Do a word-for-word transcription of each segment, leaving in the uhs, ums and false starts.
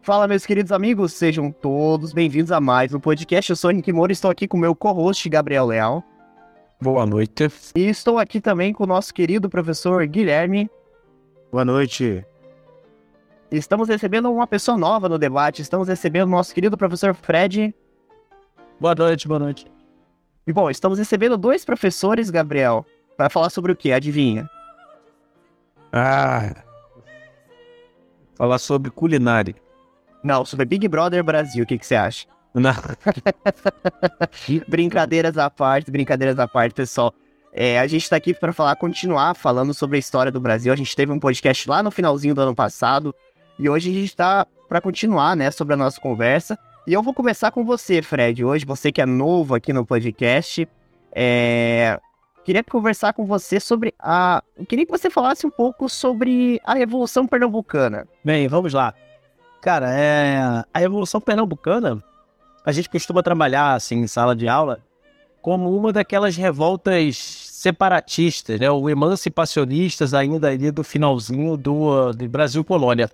Fala, meus queridos amigos, sejam todos bem-vindos a mais um podcast. Eu sou o Nick Moura e estou aqui com o meu co-host, Gabriel Leal. Boa noite. E estou aqui também com o nosso querido professor Guilherme. Boa noite. Estamos recebendo uma pessoa nova no debate, estamos recebendo o nosso querido professor Fred. Boa noite, boa noite. E bom, estamos recebendo dois professores, Gabriel, para falar sobre o quê? Adivinha? Ah, falar sobre culinária. Não, sobre Big Brother Brasil, o que, que você acha? Não. Brincadeiras à parte, brincadeiras à parte, pessoal. É, a gente tá aqui para falar, continuar falando sobre a história do Brasil. A gente teve um podcast lá no finalzinho do ano passado e hoje a gente tá para continuar, né, sobre a nossa conversa. E eu vou começar com você, Fred, hoje, você que é novo aqui no podcast. É... Queria conversar com você sobre a... Eu queria que você falasse um pouco sobre a Revolução Pernambucana. Bem, vamos lá. Cara, é... a Revolução Pernambucana, a gente costuma trabalhar, assim, em sala de aula, como uma daquelas revoltas separatistas, né, ou emancipacionistas ainda ali do finalzinho do, do Brasil-Colônia.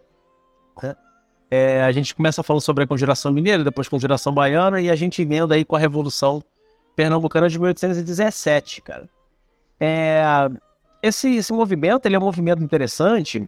É, a gente começa falando sobre a Conjuração Mineira, depois Conjuração Baiana, e a gente emenda aí com a Revolução Pernambucana de mil oitocentos e dezessete, cara. É, esse, esse movimento, ele é um movimento interessante,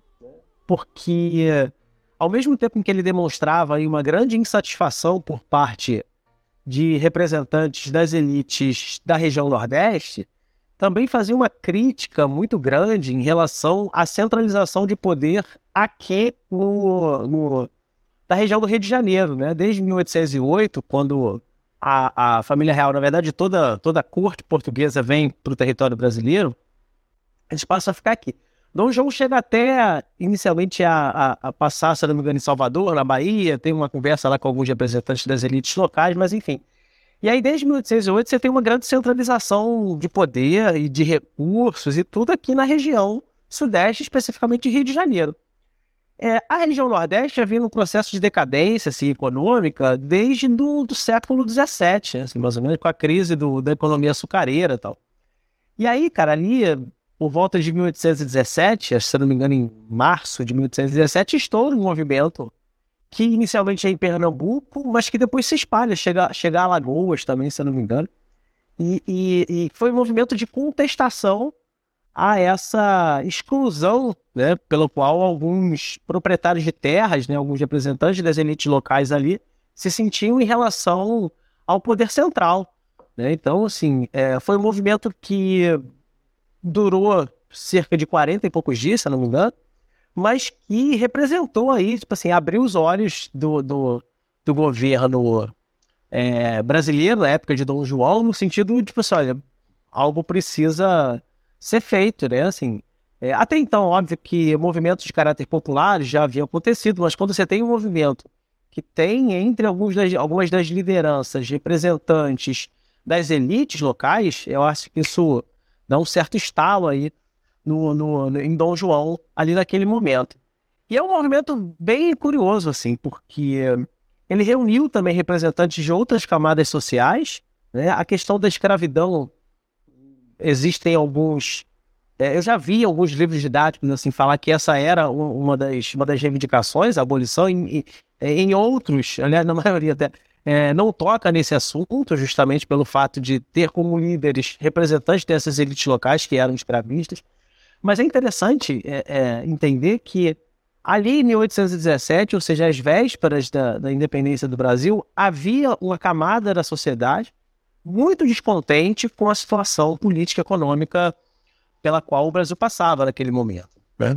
porque ao mesmo tempo em que ele demonstrava aí uma grande insatisfação por parte de representantes das elites da região Nordeste, também fazia uma crítica muito grande em relação à centralização de poder aqui no, no, na região do Rio de Janeiro, né? Desde mil oitocentos e oito, quando a, a família real, na verdade, toda, toda a corte portuguesa vem para o território brasileiro, eles passam a ficar aqui. Dom João chega até, inicialmente, a, a, a passar, se não me engano, em Salvador, na Bahia, tem uma conversa lá com alguns representantes das elites locais, mas enfim. E aí, desde mil oitocentos e oito, você tem uma grande centralização de poder e de recursos e tudo aqui na região sudeste, especificamente Rio de Janeiro. É, a região nordeste já vinha num processo de decadência assim, econômica desde do, do século dezessete, assim, mais ou menos, com a crise do, da economia açucareira e tal. E aí, cara, ali... por volta de mil oitocentos e dezessete, se não me engano, em março de mil oitocentos e dezessete, estoura um movimento que inicialmente é em Pernambuco, mas que depois se espalha, chega, chega a Alagoas também, se não me engano. E, e, e foi um movimento de contestação a essa exclusão, né, pelo qual alguns proprietários de terras, né, alguns representantes das elites locais ali, se sentiam em relação ao poder central, né? Então, assim, é, foi um movimento que durou cerca de quarenta e poucos dias, se não me engano, mas que representou aí, tipo assim, abriu os olhos do, do, do governo é, brasileiro, na época de Dom João, no sentido de, tipo assim, olha, algo precisa ser feito, né, assim. É, até então, óbvio que movimentos de caráter popular já haviam acontecido, mas quando você tem um movimento que tem entre alguns das, algumas das lideranças, representantes das elites locais, eu acho que isso dá um certo estalo aí no, no, no, em Dom João, ali naquele momento. E é um movimento bem curioso, assim, porque ele reuniu também representantes de outras camadas sociais, né? A questão da escravidão, existem alguns... É, eu já vi alguns livros didáticos, assim, falar que essa era uma das, uma das reivindicações, a abolição, em, em outros, aliás, na maioria até... É, não toca nesse assunto, justamente pelo fato de ter como líderes representantes dessas elites locais que eram escravistas. Mas é interessante é, é, entender que ali em mil oitocentos e dezessete, ou seja, às vésperas da, da independência do Brasil, havia uma camada da sociedade muito descontente com a situação política e econômica pela qual o Brasil passava naquele momento, né?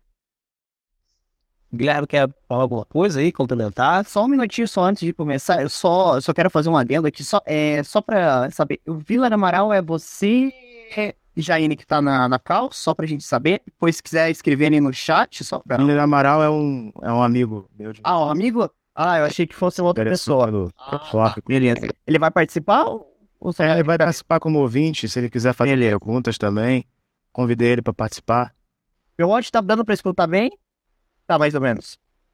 Guilherme, quer falar alguma coisa aí, complementar? Só um minutinho só antes de começar, eu só, eu só quero fazer um adendo aqui, só, é, só pra saber, o Vila Amaral é você e Jaine que tá na, na cal, só pra gente saber, depois se quiser escreverem no chat, só pra... Vila Amaral é um, é um amigo meu. De... Ah, um amigo? Ah, eu achei que fosse uma outra pessoa. Do... Ah, tá. Beleza. Ele vai participar ou... ou é, ele vai participar como ouvinte, se ele quiser fazer Beleza. perguntas também, convidei ele pra participar. Meu áudio tá dando pra escutar bem? Tá, mais ou menos.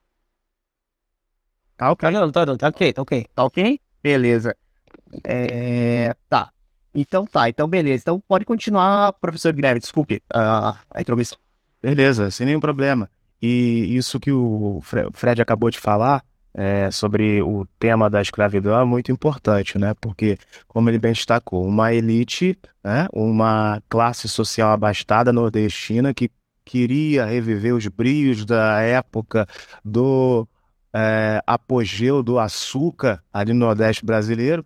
Tá ok, não, tá, tá ok, tá ok. Tá ok? Beleza. É... Tá. Então tá, então beleza. Então pode continuar, professor Guilherme, desculpe a, a intromissão. Beleza, sem nenhum problema. E isso que o Fred acabou de falar é, sobre o tema da escravidão é muito importante, né? Porque, como ele bem destacou, uma elite, né? Uma classe social abastada nordestina que queria reviver os brios da época do é, apogeu do açúcar ali no Nordeste brasileiro,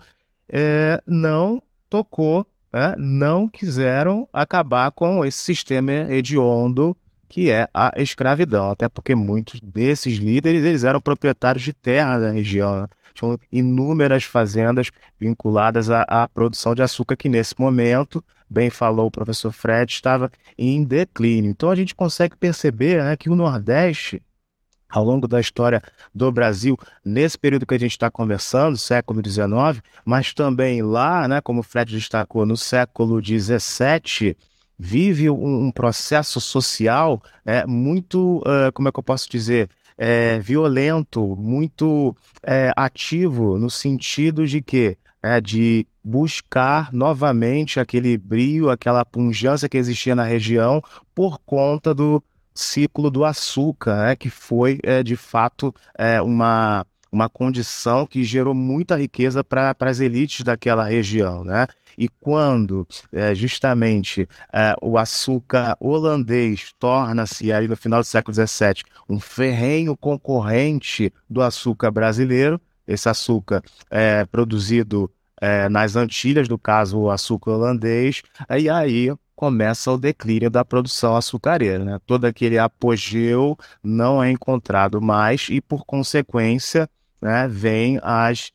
é, não tocou, né? Não quiseram acabar com esse sistema hediondo que é a escravidão, até porque muitos desses líderes eles eram proprietários de terra da região, né? Tinham inúmeras fazendas vinculadas à, à produção de açúcar, que nesse momento, bem falou o professor Fred, estava em declínio. Então a gente consegue perceber, né, que o Nordeste, ao longo da história do Brasil, nesse período que a gente está conversando, século dezenove, mas também lá, né, como o Fred destacou, no século dezessete, vive um, um processo social é, muito, uh, como é que eu posso dizer, é, violento, muito é, ativo, no sentido de que é, de buscar novamente aquele brio, aquela pungência que existia na região por conta do ciclo do açúcar, né, que foi, é, de fato, é, uma, uma condição que gerou muita riqueza para as elites daquela região, né? E quando, é, justamente, é, o açúcar holandês torna-se, aí no final do século dezessete, um ferrenho concorrente do açúcar brasileiro, esse açúcar é produzido é, nas Antilhas, no caso o açúcar holandês, e aí começa o declínio da produção açucareira, né? Todo aquele apogeu não é encontrado mais e, por consequência, né, vem as,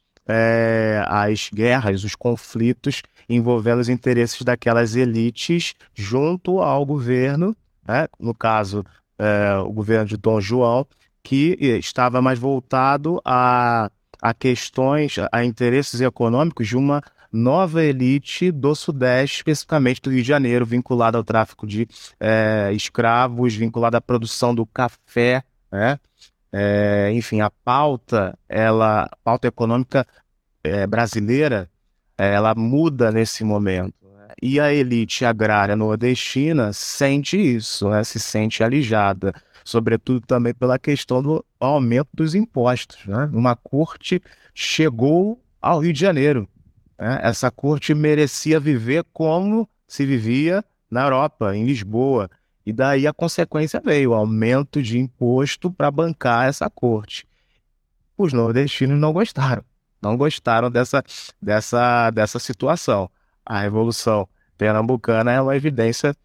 é, as guerras, os conflitos envolvendo os interesses daquelas elites junto ao governo, né? No caso, é, o governo de Dom João, que estava mais voltado a, a questões, a interesses econômicos de uma nova elite do Sudeste, especificamente do Rio de Janeiro, vinculada ao tráfico de é, escravos, vinculada à produção do café, né? É, enfim, a pauta, ela, a pauta econômica é, brasileira, é, ela muda nesse momento, né? E a elite agrária nordestina sente isso, né? Se sente alijada, sobretudo também pela questão do aumento dos impostos, né? Uma corte chegou ao Rio de Janeiro, né? Essa corte merecia viver como se vivia na Europa, em Lisboa. E daí a consequência veio, o aumento de imposto para bancar essa corte. Os nordestinos não gostaram, não gostaram dessa, dessa, dessa situação. A Revolução Pernambucana é uma evidência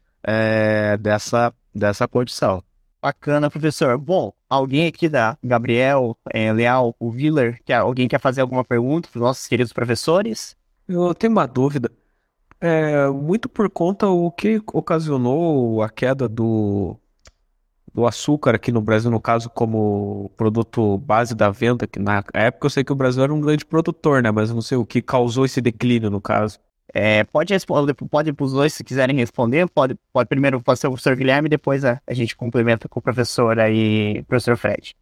é, dessa, dessa condição. Bacana, professor. Bom, alguém aqui da Gabriel, é, Leal, o Willer, que alguém quer fazer alguma pergunta para os nossos queridos professores? Eu tenho uma dúvida. É, muito por conta o que ocasionou a queda do, do açúcar aqui no Brasil, no caso, como produto base da venda, que na época eu sei que o Brasil era um grande produtor, né? Mas eu não sei o que causou esse declínio, no caso. É, pode responder, pode para os dois se quiserem responder, pode, pode primeiro pode ser o professor Guilherme, depois a, a gente complementa com o professor aí, professor Fred.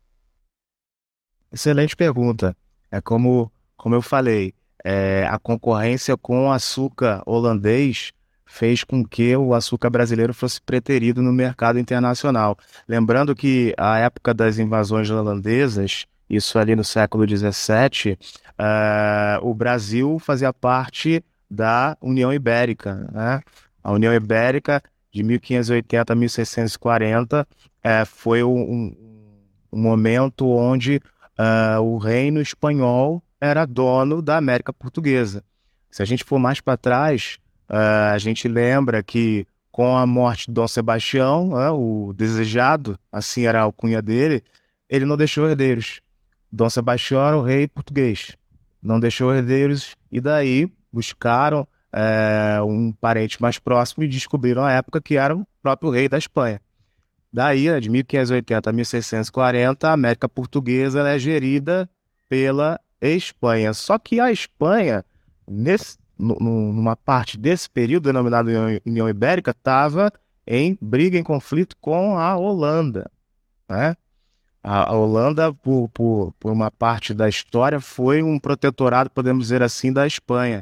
Excelente pergunta. É como, como eu falei, é, a concorrência com o açúcar holandês fez com que o açúcar brasileiro fosse preterido no mercado internacional. Lembrando que a época das invasões holandesas, isso ali no século dezessete, uh, o Brasil fazia parte da União Ibérica, né? A União Ibérica, de mil quinhentos e oitenta a mil seiscentos e quarenta, é, foi um, um momento onde uh, o reino espanhol era dono da América Portuguesa. Se a gente for mais para trás, uh, a gente lembra que com a morte de Dom Sebastião, uh, o desejado, assim era a alcunha dele, ele não deixou herdeiros. Dom Sebastião era o rei português, não deixou herdeiros, e daí buscaram é, um parente mais próximo e descobriram à época que era o próprio rei da Espanha. Daí, de mil quinhentos e oitenta a mil seiscentos e quarenta, a América Portuguesa é gerida pela Espanha. Só que a Espanha, nesse, numa parte desse período denominado União Ibérica, estava em briga, em conflito com a Holanda, né? A Holanda, por, por, por uma parte da história, foi um protetorado, podemos dizer assim, da Espanha.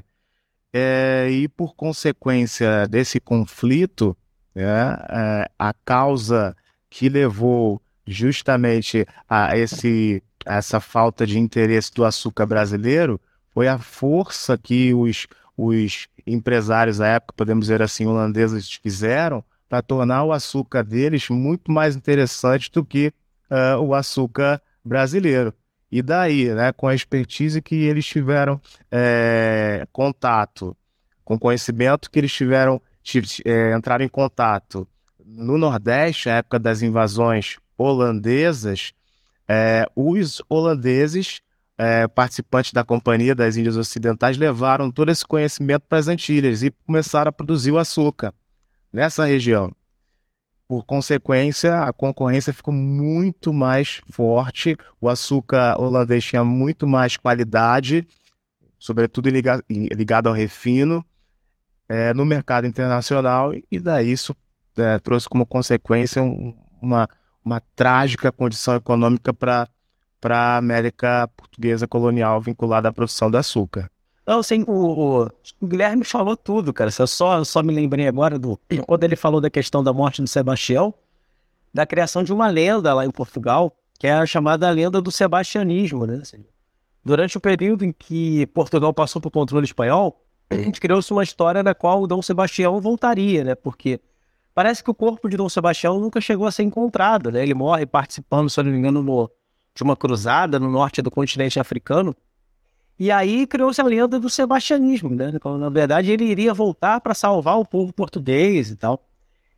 É, e por consequência desse conflito, é, é, a causa que levou justamente a esse essa falta de interesse do açúcar brasileiro foi a força que os, os empresários da época, podemos dizer assim, holandeses, fizeram para tornar o açúcar deles muito mais interessante do que uh, o açúcar brasileiro. E daí, né, com a expertise que eles tiveram é, contato, com o conhecimento que eles tiveram, é, entraram em contato no Nordeste, na época das invasões holandesas, é, os holandeses, é, participantes da Companhia das Índias Ocidentais, levaram todo esse conhecimento para as Antilhas e começaram a produzir o açúcar nessa região. Por consequência, a concorrência ficou muito mais forte, o açúcar holandês tinha muito mais qualidade, sobretudo ligado, ligado ao refino, é, no mercado internacional, e daí isso é, trouxe como consequência um, uma, uma trágica condição econômica para a América Portuguesa colonial vinculada à produção do açúcar. Não, assim, o, o, o Guilherme falou tudo, cara. Eu só, só me lembrei agora do quando ele falou da questão da morte do Sebastião, da criação de uma lenda lá em Portugal, que é a chamada lenda do sebastianismo, né? Assim, durante o período em que Portugal passou por controle espanhol, criou-se uma história na qual o Dom Sebastião voltaria, né? Porque parece que o corpo de Dom Sebastião nunca chegou a ser encontrado, né? Ele morre participando, se eu não me engano, no, de uma cruzada no norte do continente africano. E aí criou-se a lenda do sebastianismo, né? Na verdade, ele iria voltar para salvar o povo português e tal.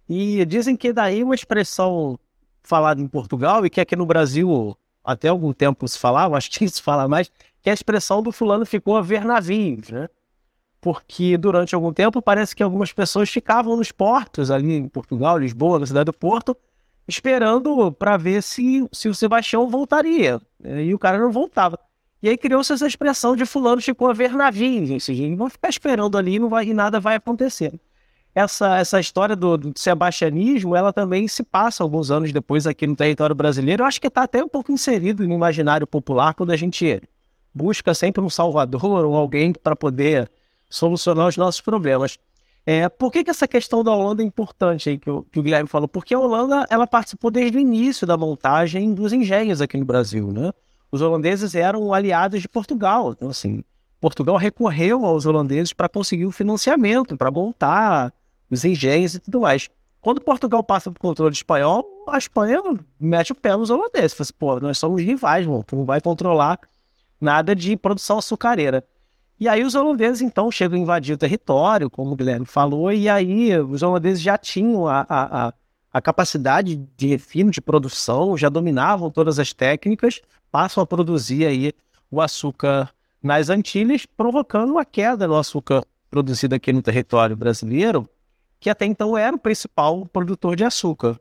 E dizem que daí uma expressão falada em Portugal e que aqui no Brasil até algum tempo se falava, acho que se fala mais, que é a expressão do fulano ficou a ver navios, né? Porque durante algum tempo parece que algumas pessoas ficavam nos portos ali em Portugal, Lisboa, na cidade do Porto, esperando para ver se, se o Sebastião voltaria. E o cara não voltava. E aí criou-se essa expressão de fulano ficou a ver navios, ou seja, eles vão ficar esperando ali não vai, e nada vai acontecer. Essa, essa história do, do sebastianismo, ela também se passa alguns anos depois aqui no território brasileiro. Eu acho que está até um pouco inserido no imaginário popular quando a gente busca sempre um salvador ou alguém para poder solucionar os nossos problemas. É, por que, que essa questão da Holanda é importante aí, que, o, que o Guilherme falou? Porque a Holanda ela participou desde o início da montagem dos engenhos aqui no Brasil, né? Os holandeses eram aliados de Portugal. Então, assim, Portugal recorreu aos holandeses para conseguir o financiamento, para montar os engenhos e tudo mais. Quando Portugal passa para o controle espanhol, a Espanha mete o pé nos holandeses. Fala assim, pô, nós somos rivais, mano, tu não vai controlar nada de produção açucareira. E aí os holandeses, então, chegam a invadir o território, como o Guilherme falou, e aí os holandeses já tinham a, a, a, a capacidade de refino, de produção, já dominavam todas as técnicas, passam a produzir aí o açúcar nas Antilhas, provocando uma queda no açúcar produzido aqui no território brasileiro, que até então era o principal produtor de açúcar.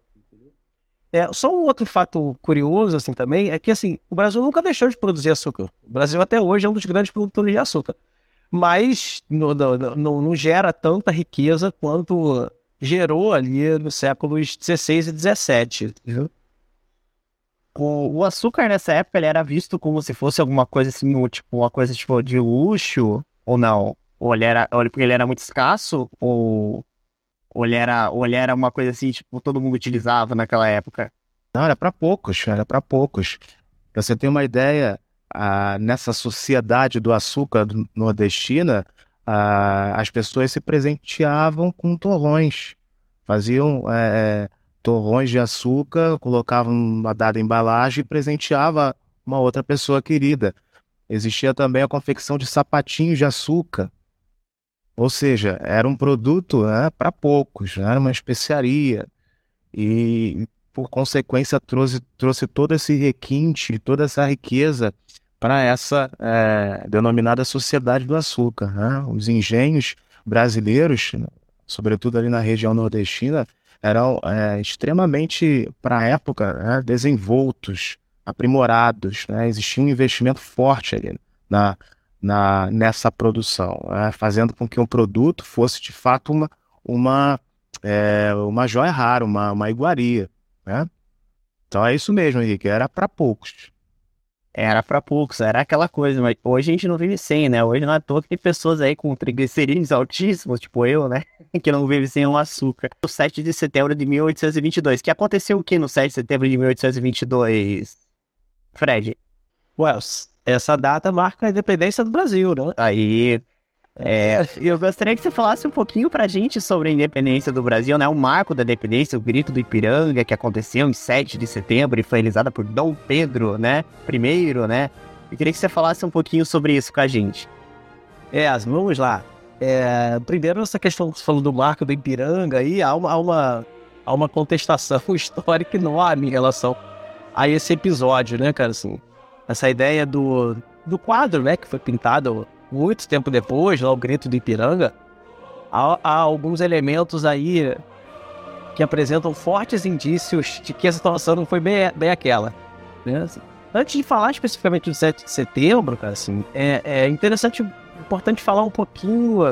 É, só um outro fato curioso assim, também é que assim, o Brasil nunca deixou de produzir açúcar. O Brasil até hoje é um dos grandes produtores de açúcar, mas não, não, não, não gera tanta riqueza quanto gerou ali nos séculos dezesseis e dezessete. Viu? O, o açúcar nessa época ele era visto como se fosse alguma coisa assim, tipo, uma coisa tipo de luxo, ou não? Ou ele era, ou porque ele era muito escasso, ou, ou, ele era, ou ele era uma coisa assim, tipo, todo mundo utilizava naquela época? Não, era para poucos, era para poucos. Pra você ter uma ideia, ah, nessa sociedade do açúcar nordestina, ah, as pessoas se presenteavam com torrões, faziam é, torrões de açúcar, colocavam uma dada embalagem e presenteava uma outra pessoa querida. Existia também a confecção de sapatinhos de açúcar, ou seja, era um produto, né, para poucos, né, era uma especiaria e, por consequência, trouxe, trouxe todo esse requinte, toda essa riqueza para essa é, denominada sociedade do açúcar, né? Os engenhos brasileiros, sobretudo ali na região nordestina, eram é, extremamente, para a época, né, desenvoltos, aprimorados, né? Existia um investimento forte ali na, na, nessa produção, né? Fazendo com que um produto fosse, de fato, uma, uma, é, uma joia rara, uma, uma iguaria, né? Então é isso mesmo, Henrique, era para poucos. Era pra poucos, era aquela coisa, mas hoje a gente não vive sem, né? Hoje não é à toa que tem pessoas aí com triglicerídeos altíssimos, tipo eu, né? Que não vive sem um açúcar. O sete de setembro de mil oitocentos e vinte e dois. Que aconteceu o que no sete de setembro de mil oitocentos e vinte e dois, Fred? Ué, essa data marca a independência do Brasil, né? Aí, é, eu gostaria que você falasse um pouquinho pra gente sobre a independência do Brasil, né? O marco da independência, o Grito do Ipiranga, que aconteceu em sete de setembro e foi realizada por Dom Pedro, né? Primeiro, né? Eu queria que você falasse um pouquinho sobre isso com a gente. É, vamos lá. É, primeiro, essa questão que você falou do marco do Ipiranga, aí há uma, há uma, há uma contestação histórica enorme em relação a esse episódio, né, cara? Assim, essa ideia do, do quadro, né, que foi pintado muito tempo depois, lá, o Grito do Ipiranga, há, há alguns elementos aí que apresentam fortes indícios de que a situação não foi bem, bem aquela, né? Assim, antes de falar especificamente do sete de setembro, cara, assim, é, é interessante, importante falar um pouquinho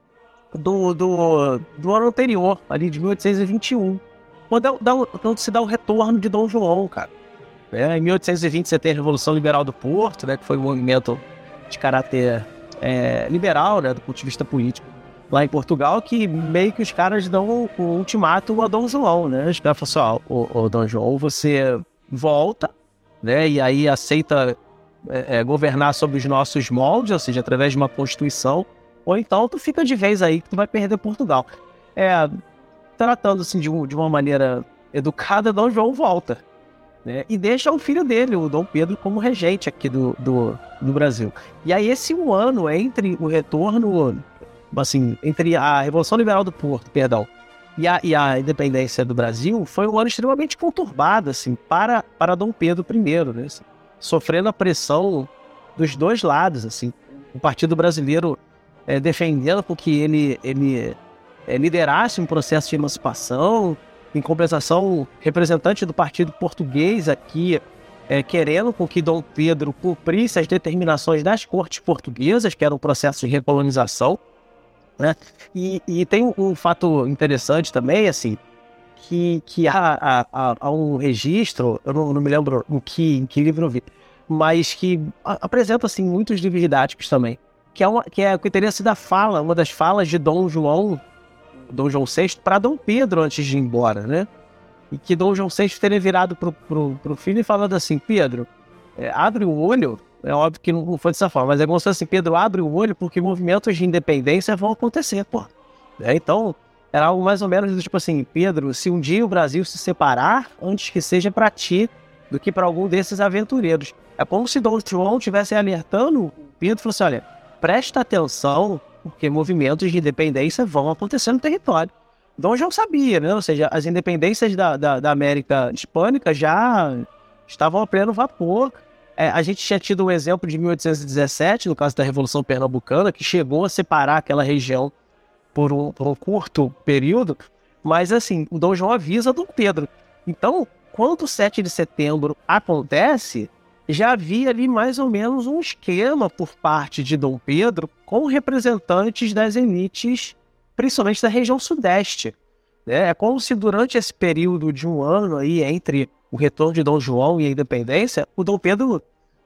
do, do, do ano anterior, ali de mil oitocentos e vinte e um, quando, dá, quando se dá o retorno de Dom João, cara. É, em mil oitocentos e vinte você tem a Revolução Liberal do Porto, né, que foi um movimento de caráter é, liberal, né, do ponto de vista político, lá em Portugal, que meio que os caras dão um ultimato a Dom João, né? Os caras falam assim, ó, ô, ô, Dom João, você volta, né, e aí aceita é, é, governar sob os nossos moldes, ou seja, através de uma Constituição, ou então tu fica de vez aí que tu vai perder Portugal. É, tratando assim de, um, de uma maneira educada, Dom João volta, né, e deixa o filho dele, o Dom Pedro, como regente aqui do, do, do Brasil. E aí esse um ano entre o retorno, assim, entre a Revolução Liberal do Porto, perdão, e a, e a independência do Brasil, foi um ano extremamente conturbado, assim, para, para Dom Pedro primeiro, né, assim, sofrendo a pressão dos dois lados, assim, o Partido Brasileiro é, defendendo com que ele, ele é, liderasse um processo de emancipação. Em compensação, representante do partido português aqui, é, querendo com que Dom Pedro cumprisse as determinações das cortes portuguesas, que era um processo de recolonização, né? E, e tem um, um fato interessante também, assim, que, que há, há, há um registro, eu não, não me lembro em que, em que livro eu vi, mas que a, apresenta, assim, muitos livros didáticos também, que é, uma, que é o interesse da fala, uma das falas de Dom João, Dom João sexto, para Dom Pedro antes de ir embora, né? E que Dom João sexto teria virado pro, pro, pro filho e falando assim, Pedro, é, abre o olho, é óbvio que não foi dessa forma, mas é como se fosse assim, Pedro, abre o olho porque movimentos de independência vão acontecer, pô. É, então, era algo mais ou menos do tipo assim, Pedro, se um dia o Brasil se separar, antes que seja para ti do que para algum desses aventureiros. É como se Dom João estivesse alertando Pedro e falou assim, olha, presta atenção, porque movimentos de independência vão acontecer no território. Dom João sabia, né? Ou seja, as independências da, da, da América Hispânica já estavam a pleno vapor. É, a gente tinha tido um exemplo de mil oitocentos e dezessete, no caso da Revolução Pernambucana, que chegou a separar aquela região por um, por um curto período, mas assim, o Dom João avisa Dom Pedro. Então, quando o sete de setembro acontece, já havia ali mais ou menos um esquema por parte de Dom Pedro com representantes das elites, principalmente da região sudeste. É como se durante esse período de um ano aí, entre o retorno de Dom João e a independência, o Dom Pedro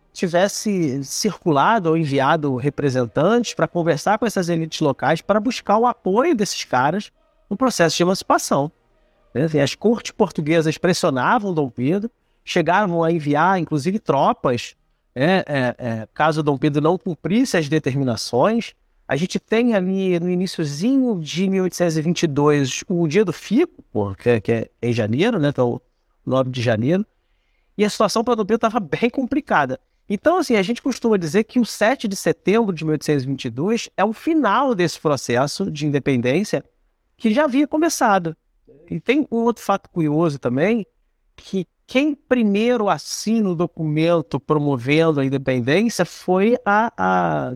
tivesse circulado ou enviado representantes para conversar com essas elites locais para buscar o apoio desses caras no processo de emancipação. As cortes portuguesas pressionavam Dom Pedro, chegaram a enviar, inclusive, tropas, é, é, é, caso Dom Pedro não cumprisse as determinações. A gente tem ali, no iniciozinho de mil oitocentos e vinte e dois, o Dia do Fico, pô, que, é, que é em janeiro, né, então, nove de janeiro, e a situação para Dom Pedro estava bem complicada. Então, assim, a gente costuma dizer que o sete de setembro de mil oitocentos e vinte e dois é o final desse processo de independência que já havia começado. E tem um outro fato curioso também, que quem primeiro assina o documento promovendo a independência foi a, a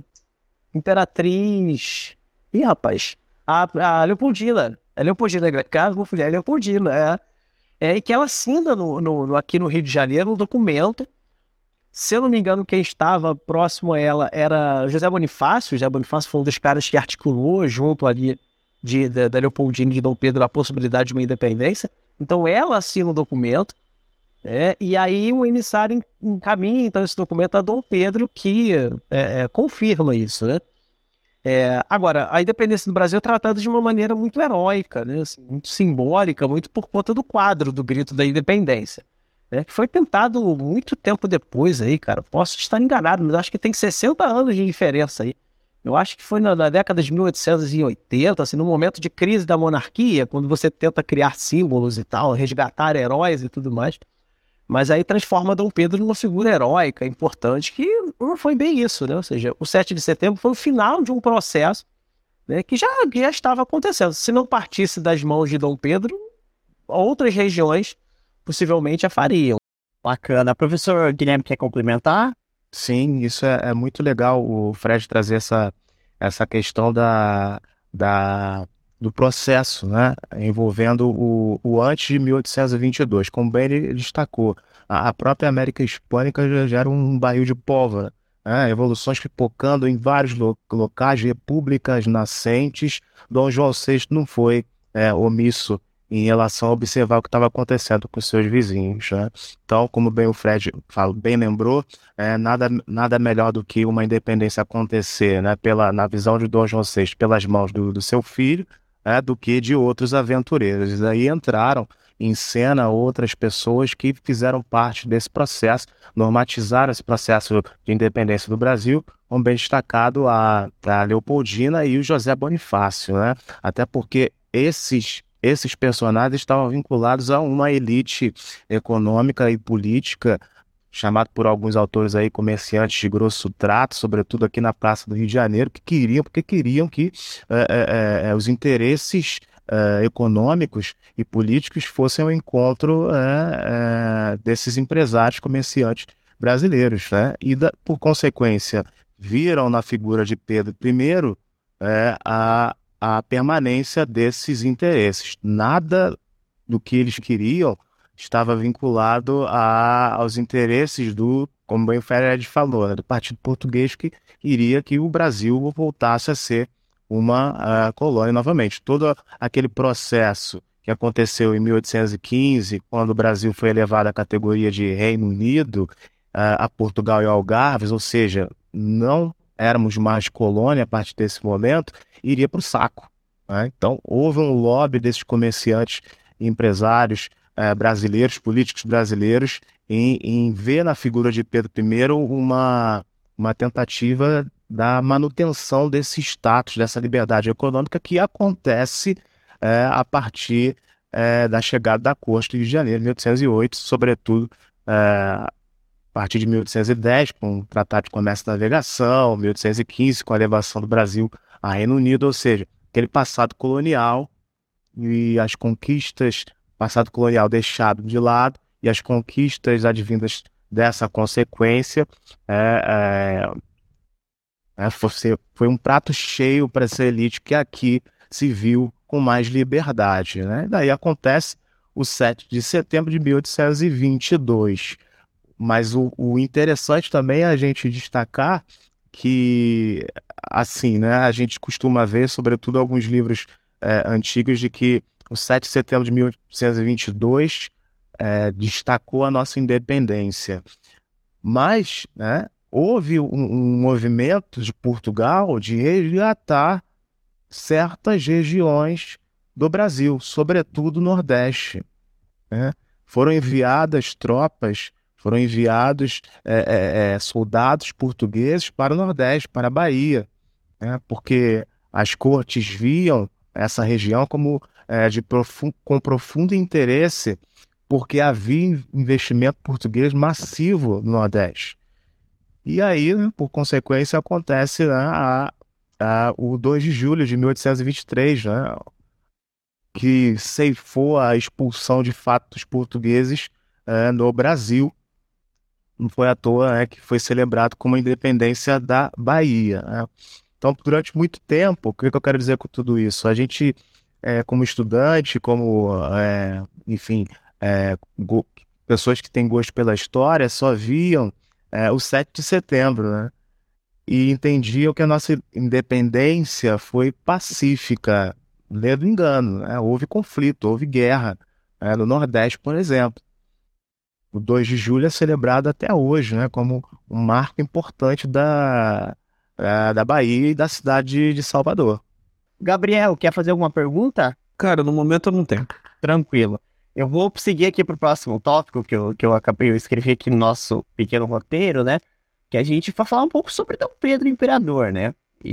imperatriz... Ih, rapaz, a, a Leopoldina. A Leopoldina, cara, vou falar, a Leopoldina, é. É, e que ela assina no, no, no, aqui no Rio de Janeiro um documento. Se eu não me engano, quem estava próximo a ela era José Bonifácio. José Bonifácio foi um dos caras que articulou junto ali de, de, da Leopoldina e de Dom Pedro a possibilidade de uma independência. Então ela assina o documento. É, e aí o emissário encaminha então esse documento a Dom Pedro, que é, é, confirma isso, né? É, agora, a independência do Brasil é tratada de uma maneira muito heróica, né? Assim, muito simbólica, muito por conta do quadro do Grito da Independência. né, que foi pintado muito tempo depois aí, cara. Posso estar enganado, mas acho que tem sessenta anos de diferença aí. Eu acho que foi na, na década de mil oitocentos e oitenta, assim, no momento de crise da monarquia, quando você tenta criar símbolos e tal, resgatar heróis e tudo mais. Mas aí transforma Dom Pedro numa figura heróica, importante, que não foi bem isso, né? Ou seja, o sete de setembro foi o final de um processo, né, que já, que já estava acontecendo. Se não partisse das mãos de Dom Pedro, outras regiões possivelmente a fariam. Bacana. Professor Guilherme, quer complementar? Sim, isso é, é muito legal o Fred trazer essa, essa questão da, da, do processo, né, envolvendo o, o antes de mil oitocentos e vinte e dois. Como bem ele destacou, a, a própria América Hispânica já, já era um barril de pólvora, né, evoluções pipocando em vários lo, locais, repúblicas nascentes. Dom João sexto não foi é, omisso em relação a observar o que estava acontecendo com seus vizinhos, né? Então, como bem o Fred fala, bem lembrou, é, nada, nada melhor do que uma independência acontecer, né, pela, na visão de Dom João sexto, pelas mãos do, do seu filho, né, do que de outros aventureiros. E daí entraram em cena outras pessoas que fizeram parte desse processo, normatizaram esse processo de independência do Brasil, como bem destacado a, a Leopoldina e o José Bonifácio, né? Até porque esses Esses personagens estavam vinculados a uma elite econômica e política, chamado por alguns autores aí comerciantes de grosso trato, sobretudo aqui na Praça do Rio de Janeiro, que queriam, porque queriam que é, é, é, os interesses é, econômicos e políticos fossem ao encontro é, é, desses empresários comerciantes brasileiros, né? E, da, por consequência, viram na figura de Pedro I é, a a permanência desses interesses. Nada do que eles queriam estava vinculado a, aos interesses do, como bem o Fred falou, né, do Partido Português, que queria que o Brasil voltasse a ser uma uh, colônia novamente. Todo aquele processo que aconteceu em mil oitocentos e quinze, quando o Brasil foi elevado à categoria de Reino Unido, uh, a Portugal e Algarves, ou seja, não éramos mais colônia a partir desse momento, iria para o saco, né? Então, houve um lobby desses comerciantes e empresários eh, brasileiros, políticos brasileiros, em, em ver na figura de Pedro I uma, uma tentativa da manutenção desse status, dessa liberdade econômica que acontece eh, a partir eh, da chegada da corte do Rio de Janeiro, em mil oitocentos e oito, sobretudo a partir de mil oitocentos e dez, com o Tratado de Comércio e Navegação, mil oitocentos e quinze, com a elevação do Brasil a Reino Unido, ou seja, aquele passado colonial e as conquistas, passado colonial deixado de lado, e as conquistas advindas dessa consequência, é, é, é, foi, foi um prato cheio para essa elite que aqui se viu com mais liberdade, né? E daí acontece o sete de setembro de mil oitocentos e vinte e dois. Mas o, o interessante também é a gente destacar que, assim, né, a gente costuma ver, sobretudo alguns livros é, antigos, de que o sete de setembro de mil oitocentos e vinte e dois é, destacou a nossa independência. Mas, né, houve um, um movimento de Portugal de resgatar certas regiões do Brasil, sobretudo o Nordeste, né? Foram enviadas tropas Foram enviados é, é, é, soldados portugueses para o Nordeste, para a Bahia, né? Porque as cortes viam essa região como é, de profundo, com profundo interesse, porque havia investimento português massivo no Nordeste. E aí, né, por consequência, acontece, né, a, a, o dois de julho de mil oitocentos e vinte e três, né, que ceifou a expulsão de fato dos portugueses é, no Brasil. Não foi à toa, né, que foi celebrado como a independência da Bahia, né? Então, durante muito tempo, o que eu quero dizer com tudo isso? A gente, é, como estudante, como, é, enfim, é, go- pessoas que têm gosto pela história, só viam é, o sete de setembro, né? E entendiam que a nossa independência foi pacífica, lendo engano, né? Houve conflito, houve guerra, né, no Nordeste, por exemplo. O dois de julho é celebrado até hoje, né, como um marco importante da, eh, da Bahia e da cidade de Salvador. Gabriel, quer fazer alguma pergunta? Cara, no momento eu não tenho. Tranquilo. Eu vou seguir aqui para o próximo tópico que eu, que eu acabei, eu escrevi aqui no nosso pequeno roteiro, né? Que a gente vai falar um pouco sobre Dom Pedro Imperador, né?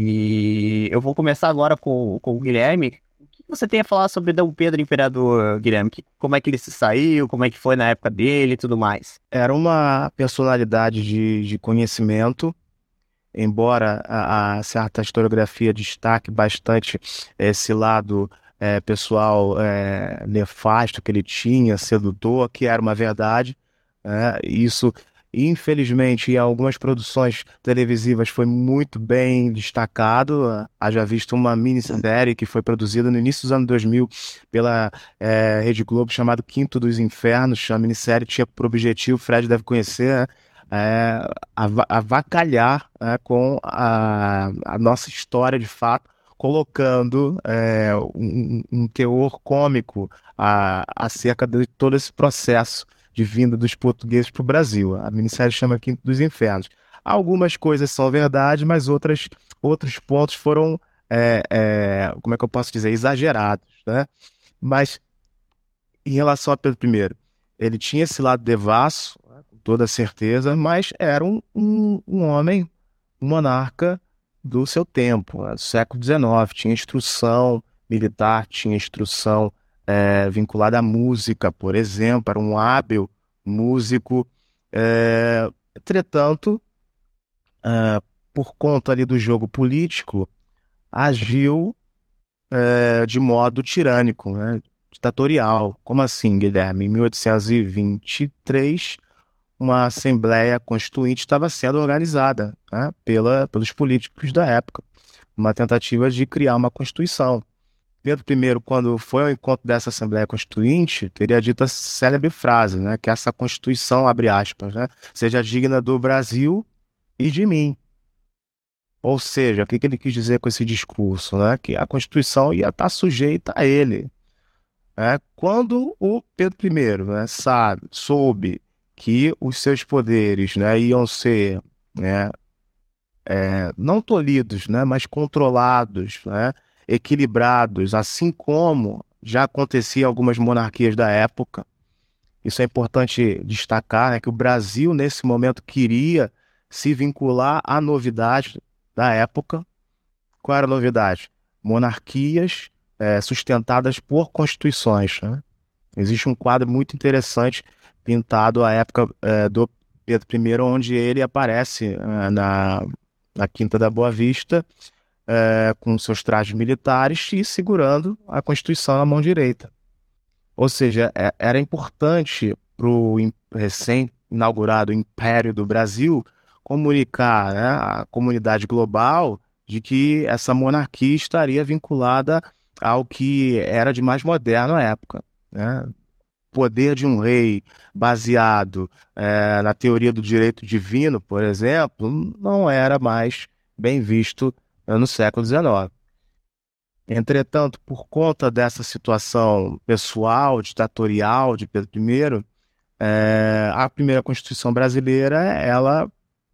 E eu vou começar agora com, com o Guilherme. O que você tem a falar sobre Dom Pedro Imperador, Guilherme? Que, como é que ele se saiu, como é que foi na época dele e tudo mais? Era uma personalidade de, de conhecimento, embora a, a certa historiografia destaque bastante esse lado é, pessoal é, nefasto que ele tinha, sedutor, que era uma verdade. Né? Isso, infelizmente, em algumas produções televisivas foi muito bem destacado. Haja visto uma minissérie que foi produzida no início dos anos dois mil pela é, Rede Globo, chamada Quinto dos Infernos. A minissérie tinha por objetivo, o Fred deve conhecer, né? É, av- avacalhar, né, com a, a nossa história de fato, colocando é, um, um teor cômico a- acerca de todo esse processo de vinda dos portugueses para o Brasil. A minissérie chama Quinto dos Infernos. Algumas coisas são verdade, mas outras, outros pontos foram, é, é, como é que eu posso dizer, exagerados, né? Mas em relação a Pedro I, ele tinha esse lado devasso, né, com toda certeza, mas era um, um, um homem, um monarca do seu tempo, né, do século dezenove. Tinha instrução militar, tinha instrução eh, vinculada à música, por exemplo, era um hábil músico. Eh, entretanto, ah, por conta ali do jogo político, agiu eh, de modo tirânico, né? Ditatorial. Como assim, Guilherme? Em mil oitocentos e vinte e três, uma Assembleia Constituinte estava sendo organizada, né, pela, pelos políticos da época, uma tentativa de criar uma Constituição. Pedro I, quando foi ao encontro dessa Assembleia Constituinte, teria dito a célebre frase, né, que essa Constituição, abre aspas, né, seja digna do Brasil e de mim. Ou seja, o que que ele quis dizer com esse discurso? Né? Que a Constituição ia estar sujeita a ele. Né? Quando o Pedro I, né, sabe, soube que os seus poderes, né, iam ser, né, é, não tolhidos, né, mas controlados, né, equilibrados, assim como já acontecia em algumas monarquias da época. Isso é importante destacar, né, que o Brasil, nesse momento, queria se vincular à novidade da época. Qual era a novidade? Monarquias é, sustentadas por constituições. Né? Existe um quadro muito interessante pintado à época é, do Pedro I, onde ele aparece é, na, na Quinta da Boa Vista, é, com seus trajes militares e segurando a Constituição na mão direita. Ou seja, é, era importante para o recém-inaugurado Império do Brasil comunicar, né, à comunidade global de que essa monarquia estaria vinculada ao que era de mais moderno à época. Né? Poder de um rei baseado eh, na teoria do direito divino, por exemplo, não era mais bem visto eh, no século dezenove. Entretanto, por conta dessa situação pessoal, ditatorial de Pedro I, eh, a primeira Constituição brasileira, ela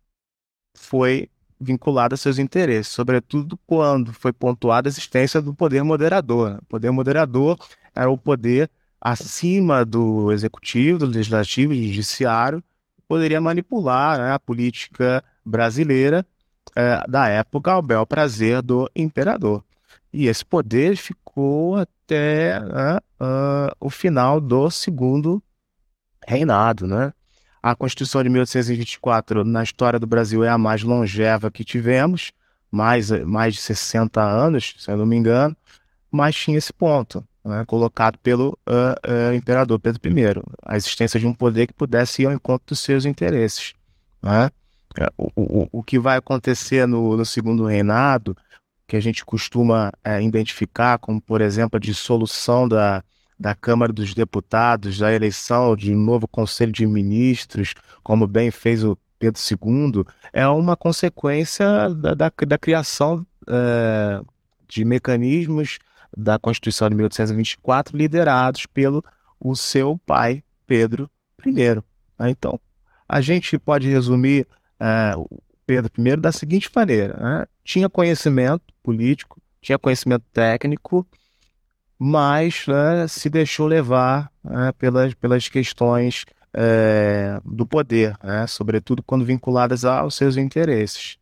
foi vinculada a seus interesses, sobretudo quando foi pontuada a existência do poder moderador. O poder moderador era o poder acima do executivo, do legislativo e do judiciário, que poderia manipular, né, a política brasileira eh, da época ao bel prazer do imperador. E esse poder ficou até né, ah, o final do segundo reinado, né? A Constituição de mil oitocentos e vinte e quatro, na história do Brasil, é a mais longeva que tivemos, mais, mais de sessenta anos, se eu não me engano, mas tinha esse ponto, né, colocado pelo uh, uh, imperador Pedro I, a existência de um poder que pudesse ir ao encontro dos seus interesses. Né? O, o, o que vai acontecer no, no segundo reinado, que a gente costuma é, identificar como, por exemplo, a dissolução da da Câmara dos Deputados, da eleição de um novo Conselho de Ministros, como bem fez o Pedro segundo, é uma consequência da, da, da criação é, de mecanismos da Constituição de mil oitocentos e vinte e quatro, liderados pelo o seu pai, Pedro I. Então, a gente pode resumir é, o Pedro I da seguinte maneira, né? Tinha conhecimento político, tinha conhecimento técnico, mas né, se deixou levar né, pelas, pelas questões é, do poder, né, sobretudo quando vinculadas aos seus interesses.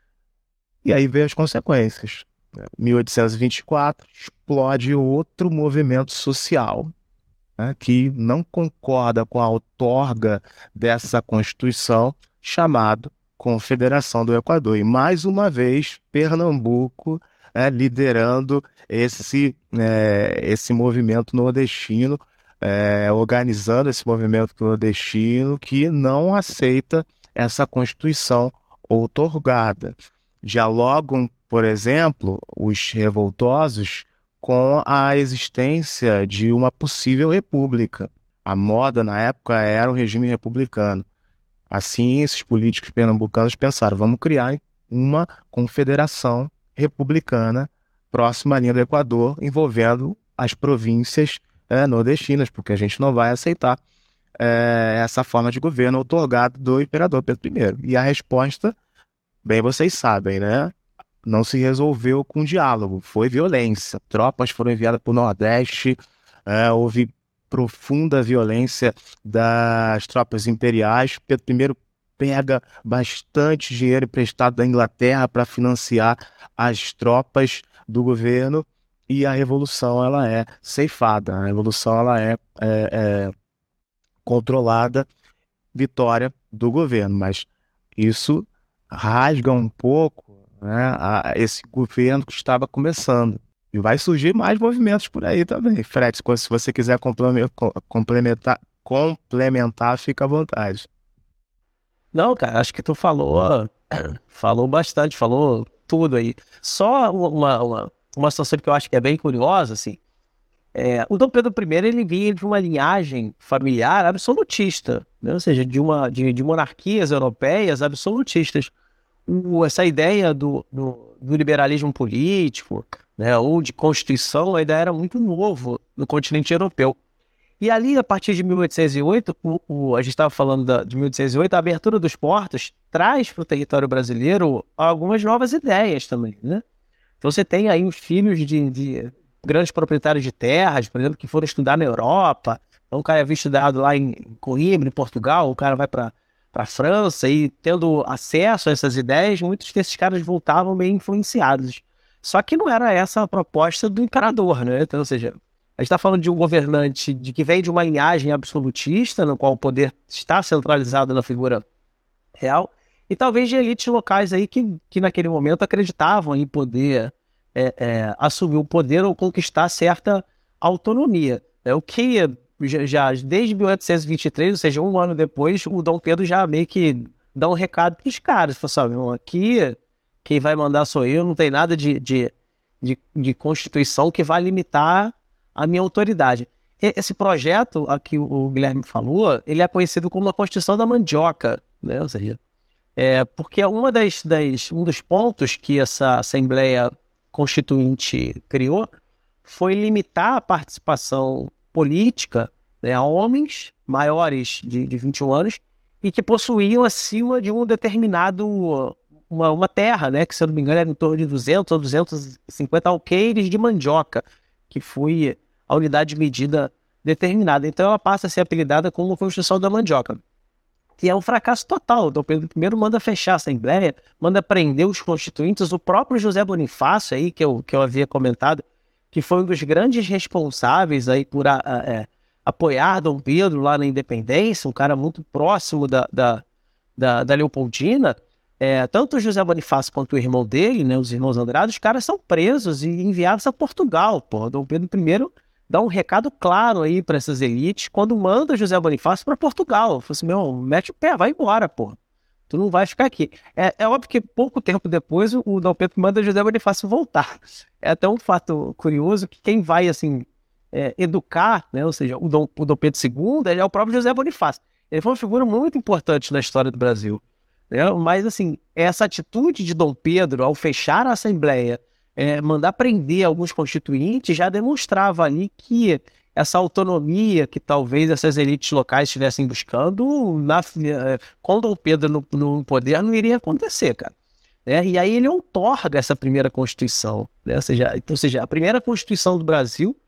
E aí veio as consequências. mil oitocentos e vinte e quatro, explode outro movimento social né, que não concorda com a outorga dessa Constituição, chamado Confederação do Equador. E mais uma vez, Pernambuco é, liderando esse, é, esse movimento nordestino, é, organizando esse movimento nordestino que não aceita essa Constituição outorgada. Dialogam, por exemplo, os revoltosos com a existência de uma possível república. A moda na época era o regime republicano. Assim, esses políticos pernambucanos pensaram, vamos criar uma confederação republicana próxima à linha do Equador, envolvendo as províncias é, nordestinas, porque a gente não vai aceitar é, essa forma de governo outorgada do imperador Pedro I. E a resposta, bem, vocês sabem, né? Não se resolveu com diálogo, foi violência. Tropas foram enviadas para o Nordeste, é, houve profunda violência das tropas imperiais. Pedro I pega bastante dinheiro emprestado da Inglaterra para financiar as tropas do governo e a revolução ela é ceifada, a revolução ela é, é, é controlada, vitória do governo, mas isso rasga um pouco né, a, esse governo que estava começando. E vai surgir mais movimentos por aí também. Fred, se você quiser complementar, complementar, fica à vontade. Não, cara, acho que tu falou, falou bastante, falou tudo aí. Só uma, uma, uma situação que eu acho que é bem curiosa, assim, é, o Dom Pedro I, ele vinha de uma linhagem familiar absolutista, né? Ou seja, de, uma, de, de monarquias europeias absolutistas. O, essa ideia do, do, do liberalismo político, né, ou de constituição, ainda era muito novo no continente europeu. E ali, a partir de mil oitocentos e oito, o, o, a gente estava falando da, de mil oitocentos e oito, a abertura dos portos traz para o território brasileiro algumas novas ideias também, né? Então você tem aí os filhos de, de grandes proprietários de terras, por exemplo, que foram estudar na Europa. Então o cara é estudado lá em Coimbra, em Portugal, o cara vai para para a França e tendo acesso a essas ideias, muitos desses caras voltavam meio influenciados. Só que não era essa a proposta do imperador, né? Então, ou seja, a gente está falando de um governante de que vem de uma linhagem absolutista, no qual o poder está centralizado na figura real, e talvez de elites locais aí que, que naquele momento acreditavam em poder é, é, assumir o poder ou conquistar certa autonomia. É o que já, já desde mil oitocentos e vinte e três, ou seja, um ano depois, o Dom Pedro já meio que dá um recado para os caras. Fala assim, aqui quem vai mandar sou eu, não tem nada de, de, de, de Constituição que vai limitar a minha autoridade. Esse projeto a que o Guilherme falou, ele é conhecido como a Constituição da Mandioca, né? Ou seja, é, porque uma das, das, um dos pontos que essa Assembleia Constituinte criou foi limitar a participação política, né, a homens maiores de, de vinte e um anos e que possuíam acima de um determinado, uma, uma terra, né, que se eu não me engano era em torno de duzentos ou duzentos e cinquenta alqueires de mandioca, que foi a unidade de medida determinada. Então ela passa a ser apelidada como Constituição da Mandioca, que é um fracasso total. O Dom Pedro I manda fechar a Assembleia, manda prender os constituintes. O próprio José Bonifácio, aí, que, eu, que eu havia comentado, que foi um dos grandes responsáveis aí por a, a, é, apoiar Dom Pedro lá na independência, um cara muito próximo da, da, da, da Leopoldina. É, tanto o José Bonifácio quanto o irmão dele, né, os irmãos Andrade, os caras são presos e enviados a Portugal. Pô. Dom Pedro I dá um recado claro aí para essas elites quando manda José Bonifácio para Portugal. Fala assim, meu, mete o pé, vai embora, pô. Tu não vai ficar aqui. É, é óbvio que pouco tempo depois o Dom Pedro manda José Bonifácio voltar. É até um fato curioso que quem vai, assim, é, educar, né, ou seja, o Dom, o Dom Pedro segundo, ele é o próprio José Bonifácio. Ele foi uma figura muito importante na história do Brasil. Né? Mas, assim, essa atitude de Dom Pedro ao fechar a Assembleia, é, mandar prender alguns constituintes, já demonstrava ali que essa autonomia que talvez essas elites locais estivessem buscando, na, com Dom Pedro no, no poder, não iria acontecer, cara. Né? E aí ele outorga essa primeira Constituição. Né? Ou seja, ou seja, a primeira Constituição do Brasil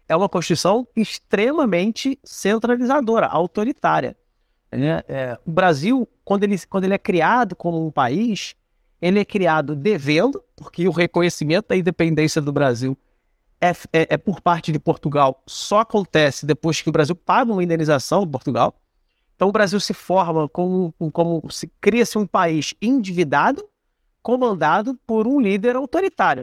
é uma Constituição extremamente centralizadora, autoritária. Né? É, o Brasil, quando ele, quando ele é criado como um país, ele é criado devendo, porque o reconhecimento da independência do Brasil é, é, é por parte de Portugal, só acontece depois que o Brasil paga uma indenização a Portugal. Então o Brasil se forma como, como se cria-se um país endividado, comandado por um líder autoritário.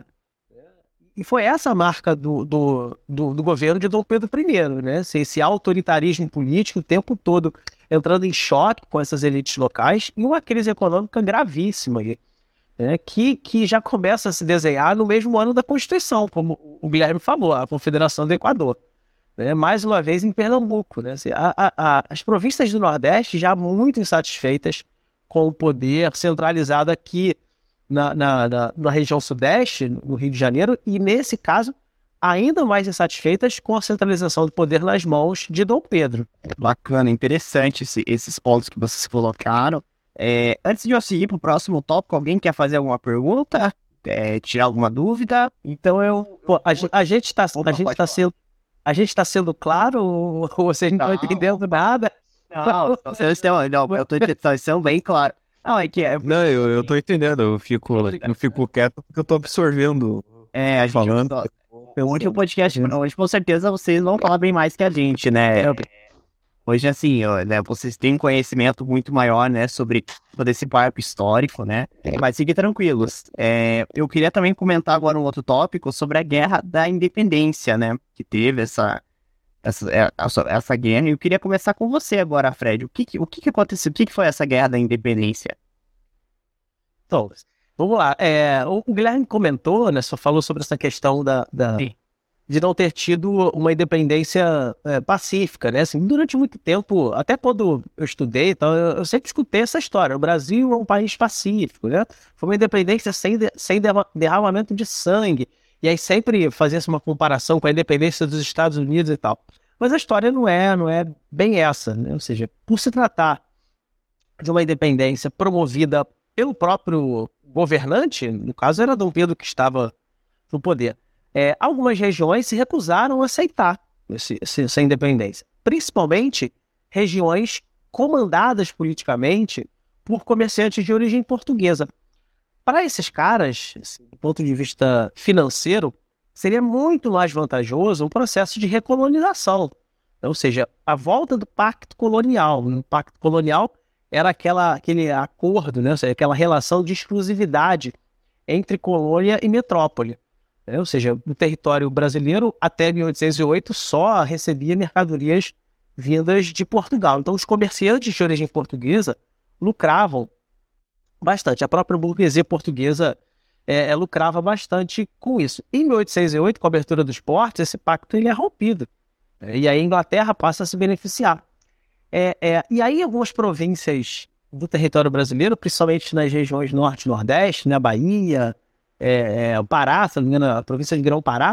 E foi essa a marca do, do, do, do governo de Dom Pedro I, né? Esse, esse autoritarismo político o tempo todo entrando em choque com essas elites locais e uma crise econômica gravíssima, né? que, que já começa a se desenhar no mesmo ano da Constituição, como o Guilherme falou, a Confederação do Equador. Né, mais uma vez em Pernambuco. Né, assim, a, a, a, as províncias do Nordeste já muito insatisfeitas com o poder centralizado aqui na, na, na, na região Sudeste, no Rio de Janeiro, e nesse caso, ainda mais insatisfeitas com a centralização do poder nas mãos de Dom Pedro. Bacana, interessante esse, esses pontos que vocês colocaram. É, antes de eu seguir para o próximo tópico, alguém quer fazer alguma pergunta? É, tirar alguma dúvida? Então eu... Pô, a, a gente está sendo... A gente está sendo claro ou vocês não estão entendendo nada? Não, vocês estão, não, eu estou sendo bem claro. Não, é que é... Não, eu, eu tô entendendo, eu fico, eu fico quieto porque eu tô absorvendo. É, a gente falando. Pelo último podcast, hoje com certeza vocês vão falar bem mais que a gente, né? Hoje, assim, ó, né, vocês têm um conhecimento muito maior, né, sobre todo esse marco histórico, né? Mas fiquem tranquilos. É, eu queria também comentar agora um outro tópico sobre a Guerra da Independência, né? Que teve essa, essa, essa, essa guerra. E eu queria começar com você agora, Fred. O que, que, o que, que aconteceu? O que, que foi essa Guerra da Independência? Então, vamos lá. É, o Guilherme comentou, né? Só falou sobre essa questão da... da... de não ter tido uma independência é, pacífica, né? Assim, durante muito tempo, até quando eu estudei, então, eu, eu sempre escutei essa história. O Brasil é um país pacífico, né? Foi uma independência sem, de, sem derramamento de sangue. E aí sempre fazia-se uma comparação com a independência dos Estados Unidos e tal. Mas a história não é, não é bem essa, né? Ou seja, por se tratar de uma independência promovida pelo próprio governante, no caso era Dom Pedro que estava no poder, É, algumas regiões se recusaram a aceitar esse, esse, essa independência, principalmente regiões comandadas politicamente por comerciantes de origem portuguesa. Para esses caras, assim, do ponto de vista financeiro, seria muito mais vantajoso um processo de recolonização, ou seja, a volta do pacto colonial. O pacto colonial era aquela, aquele acordo, né, ou seja, aquela relação de exclusividade entre colônia e metrópole. É, ou seja, o território brasileiro, até mil oitocentos e oito, só recebia mercadorias vindas de Portugal. Então, os comerciantes de origem portuguesa lucravam bastante. A própria burguesia portuguesa é, é, lucrava bastante com isso. Em mil oitocentos e oito, com a abertura dos portos, esse pacto ele é rompido. É, e aí a Inglaterra passa a se beneficiar. É, é, e aí algumas províncias do território brasileiro, principalmente nas regiões norte e nordeste, né, Bahia... É, é, o Pará, se não me engano, a província de Grão-Pará,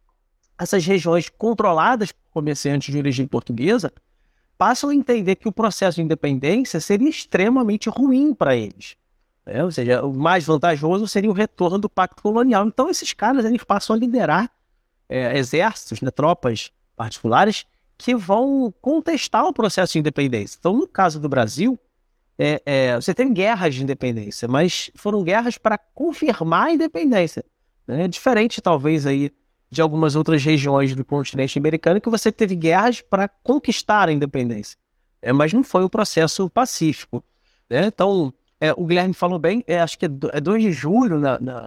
essas regiões controladas por comerciantes de origem portuguesa passam a entender que o processo de independência seria extremamente ruim para eles. É, ou seja, o mais vantajoso seria o retorno do pacto colonial. Então esses caras eles passam a liderar é, exércitos, né, tropas particulares que vão contestar o processo de independência. Então no caso do Brasil, É, é, você tem guerras de independência, mas foram guerras para confirmar a independência, né? Diferente, talvez, aí, de algumas outras regiões do continente americano, que você teve guerras para conquistar a independência, é, mas não foi um processo pacífico, né? Então, é, o Guilherme falou bem, é, acho que é dois de julho, na, na,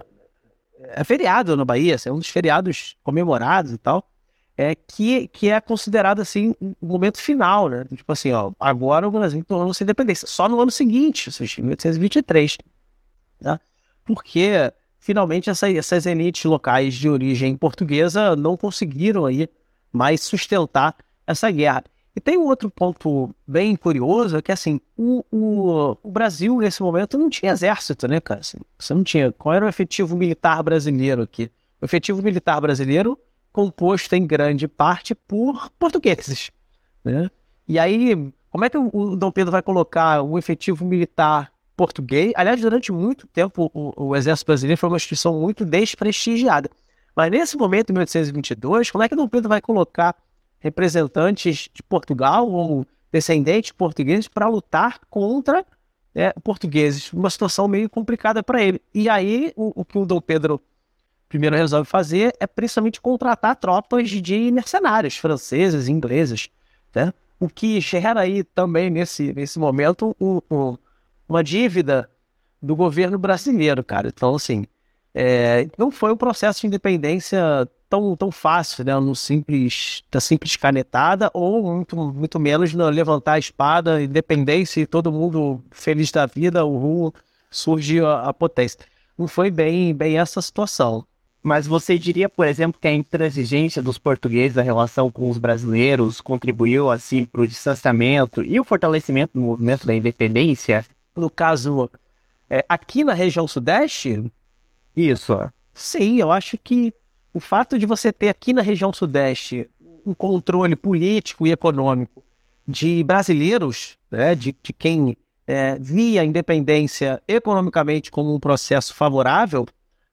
é feriado na Bahia, é um dos feriados comemorados e tal, é, que, que é considerado assim um momento final, né? Tipo assim, ó, agora o Brasil tornou-se independência. Só no ano seguinte, ou seja, em mil oitocentos e vinte e três. Tá? Porque finalmente essa, essas elites locais de origem portuguesa não conseguiram aí mais sustentar essa guerra. E tem um outro ponto bem curioso, que assim, o, o, o Brasil nesse momento não tinha exército, né, cara? Assim, você não tinha. Qual era o efetivo militar brasileiro aqui? O efetivo militar brasileiro composto em grande parte por portugueses, né? E aí, como é que o, o Dom Pedro vai colocar um efetivo militar português? Aliás, durante muito tempo, o, o Exército Brasileiro foi uma instituição muito desprestigiada. Mas nesse momento, em mil oitocentos e vinte e dois, como é que Dom Pedro vai colocar representantes de Portugal ou descendentes portugueses para lutar contra é, portugueses? Uma situação meio complicada para ele. E aí, o, o que o Dom Pedro primeiro resolve fazer é principalmente contratar tropas de mercenários franceses e ingleses, né? O que gera aí também, nesse, nesse momento, um, um, uma dívida do governo brasileiro, cara. Então, assim, é, não foi um processo de independência tão, tão fácil, né? No simples, da simples canetada, ou muito, muito menos no levantar a espada, independência e todo mundo feliz da vida, o rumo surge a, a potência. Não foi bem, bem essa situação. Mas você diria, por exemplo, que a intransigência dos portugueses na relação com os brasileiros contribuiu, assim, para o distanciamento e o fortalecimento do movimento da independência? No caso, é, aqui na região sudeste, Isso. sim, eu acho que o fato de você ter aqui na região sudeste um controle político e econômico de brasileiros, né, de, de quem é, via a independência economicamente como um processo favorável,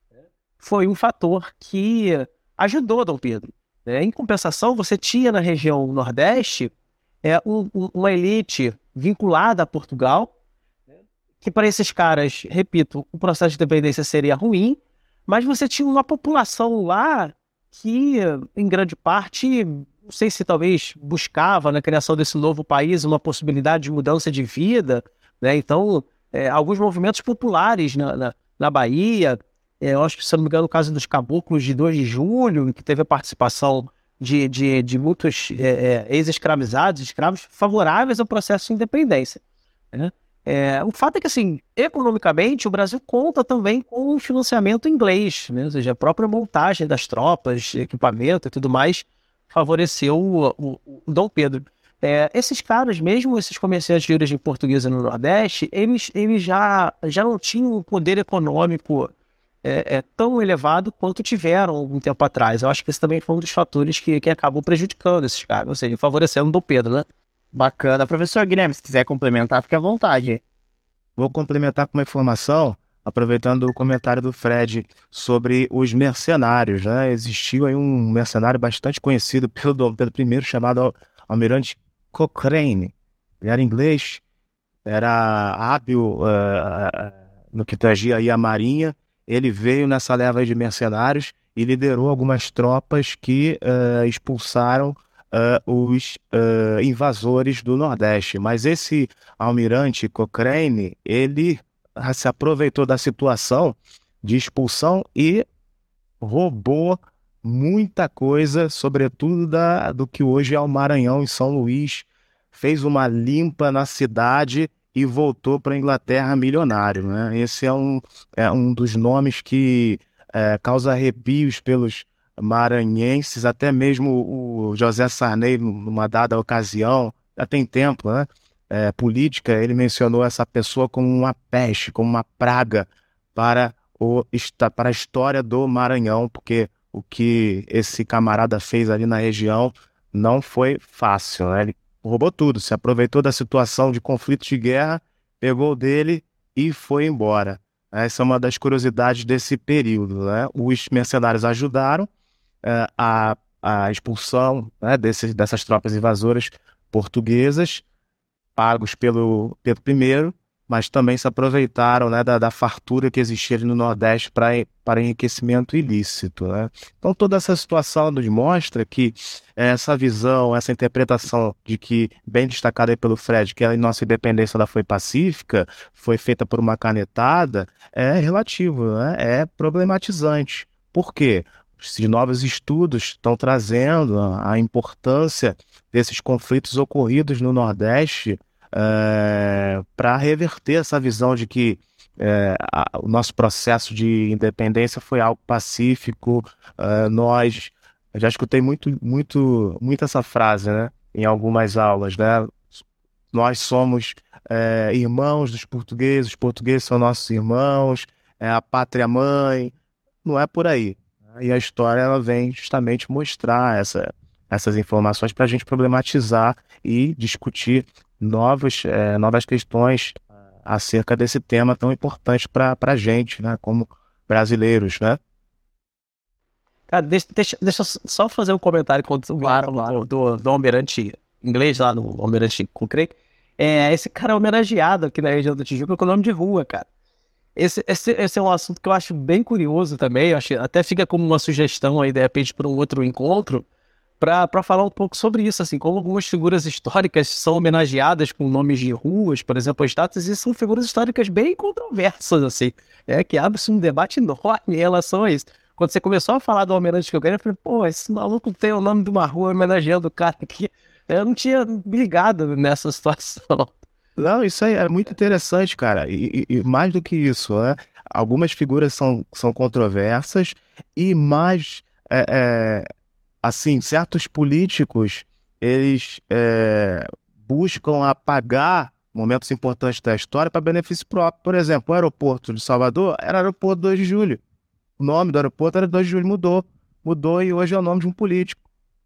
foi um fator que ajudou Dom Pedro, né? Em compensação, você tinha na região nordeste é, um, um, uma elite vinculada a Portugal, que para esses caras, repito, o processo de independência seria ruim, mas você tinha uma população lá que, em grande parte, não sei se talvez buscava na criação desse novo país uma possibilidade de mudança de vida, né? Então, é, alguns movimentos populares na, na, na Bahia. Eu acho que, se não me engano, o caso dos caboclos de dois de julho, que teve a participação de, de, de muitos é, é, ex-escravizados, escravos, favoráveis ao processo de independência, né? É, o fato é que, assim, economicamente, o Brasil conta também com o financiamento inglês, né? Ou seja, a própria montagem das tropas, equipamento e tudo mais, favoreceu o, o, o Dom Pedro. É, esses caras, mesmo esses comerciantes de origem portuguesa no Nordeste, eles, eles já, já não tinham um poder econômico É, é tão elevado quanto tiveram algum tempo atrás. Eu acho que esse também foi um dos fatores que, que acabou prejudicando esses caras, ou seja, favorecendo o Dom Pedro, né? Bacana. Professor Guilherme, se quiser complementar, fique à vontade. Vou complementar com uma informação, aproveitando o comentário do Fred sobre os mercenários, né? Existiu aí um mercenário bastante conhecido pelo Dom Pedro I, chamado Almirante Cochrane. Ele era inglês, era hábil uh, no que tangia aí a marinha. Ele veio nessa leva aí de mercenários e liderou algumas tropas que uh, expulsaram uh, os uh, invasores do Nordeste. Mas esse almirante Cochrane, ele se aproveitou da situação de expulsão e roubou muita coisa, sobretudo da, do que hoje é o Maranhão, em São Luís. Fez uma limpa na cidade e voltou para a Inglaterra milionário, né? Esse é um, é um dos nomes que é, causa arrepios pelos maranhenses, até mesmo o José Sarney, numa dada ocasião, já tem tempo, né? É, política, ele mencionou essa pessoa como uma peste, como uma praga para, o, para a história do Maranhão, porque o que esse camarada fez ali na região não foi fácil, né? Ele roubou tudo, se aproveitou da situação de conflito de guerra, pegou o dele e foi embora. Essa é uma das curiosidades desse período, né? Os mercenários ajudaram é, a, a expulsão, né, desses, dessas tropas invasoras portuguesas, pagos pelo Pedro I, mas também se aproveitaram, né, da, da fartura que existia ali no Nordeste para enriquecimento ilícito, né? Então toda essa situação nos mostra que essa visão, essa interpretação de que, bem destacada aí pelo Fred, que a nossa independência ela foi pacífica, foi feita por uma canetada, é relativo, né? É problematizante. Por quê? Os novos estudos estão trazendo a, a importância desses conflitos ocorridos no Nordeste É, para reverter essa visão de que é, a, o nosso processo de independência foi algo pacífico. É, nós, eu já escutei muito, muito, muito essa frase, né, em algumas aulas, né? Nós somos é, irmãos dos portugueses, os portugueses são nossos irmãos, é a pátria-mãe. Não é por aí. E a história ela vem justamente mostrar essa, essas informações para a gente problematizar e discutir novas, é, novas questões acerca desse tema tão importante para a gente, né, como brasileiros, né? Cara, deixa, deixa, deixa eu só fazer um comentário com o Claro, claro. do, do almirante inglês lá, no almirante Concrei. É, esse cara é homenageado aqui na região da Tijuca com o nome de rua, cara. Esse, esse, esse é um assunto que eu acho bem curioso também. Eu acho, até fica como uma sugestão aí, de repente, para um outro encontro, para falar um pouco sobre isso, assim, como algumas figuras históricas são homenageadas com nomes de ruas, por exemplo, estátuas, e são figuras históricas bem controversas, assim, é, que abre-se um debate enorme em relação a isso. Quando você começou a falar do almirante que eu queria, eu falei, pô, esse maluco tem o nome de uma rua homenageando o cara aqui. Eu não tinha ligado nessa situação. Não, isso aí é muito interessante, cara. E, e- e mais do que isso, né? Algumas figuras são, são controversas e mais, é, é, assim, certos políticos, eles é, buscam apagar momentos importantes da história para benefício próprio. Por exemplo, o aeroporto de Salvador era aeroporto dois de julho. O nome do aeroporto era dois de julho, mudou. Mudou e hoje é o nome de um político,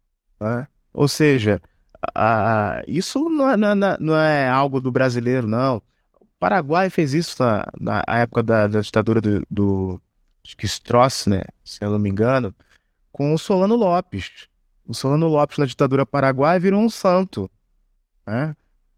né? Ou seja, a- a- isso não é, não é- não é algo do brasileiro, não. O Paraguai fez isso na, na época da, da ditadura do, do acho que Stroessner, se eu não me engano, com o Solano Lopes. O Solano Lopes na ditadura paraguaia virou um santo, né?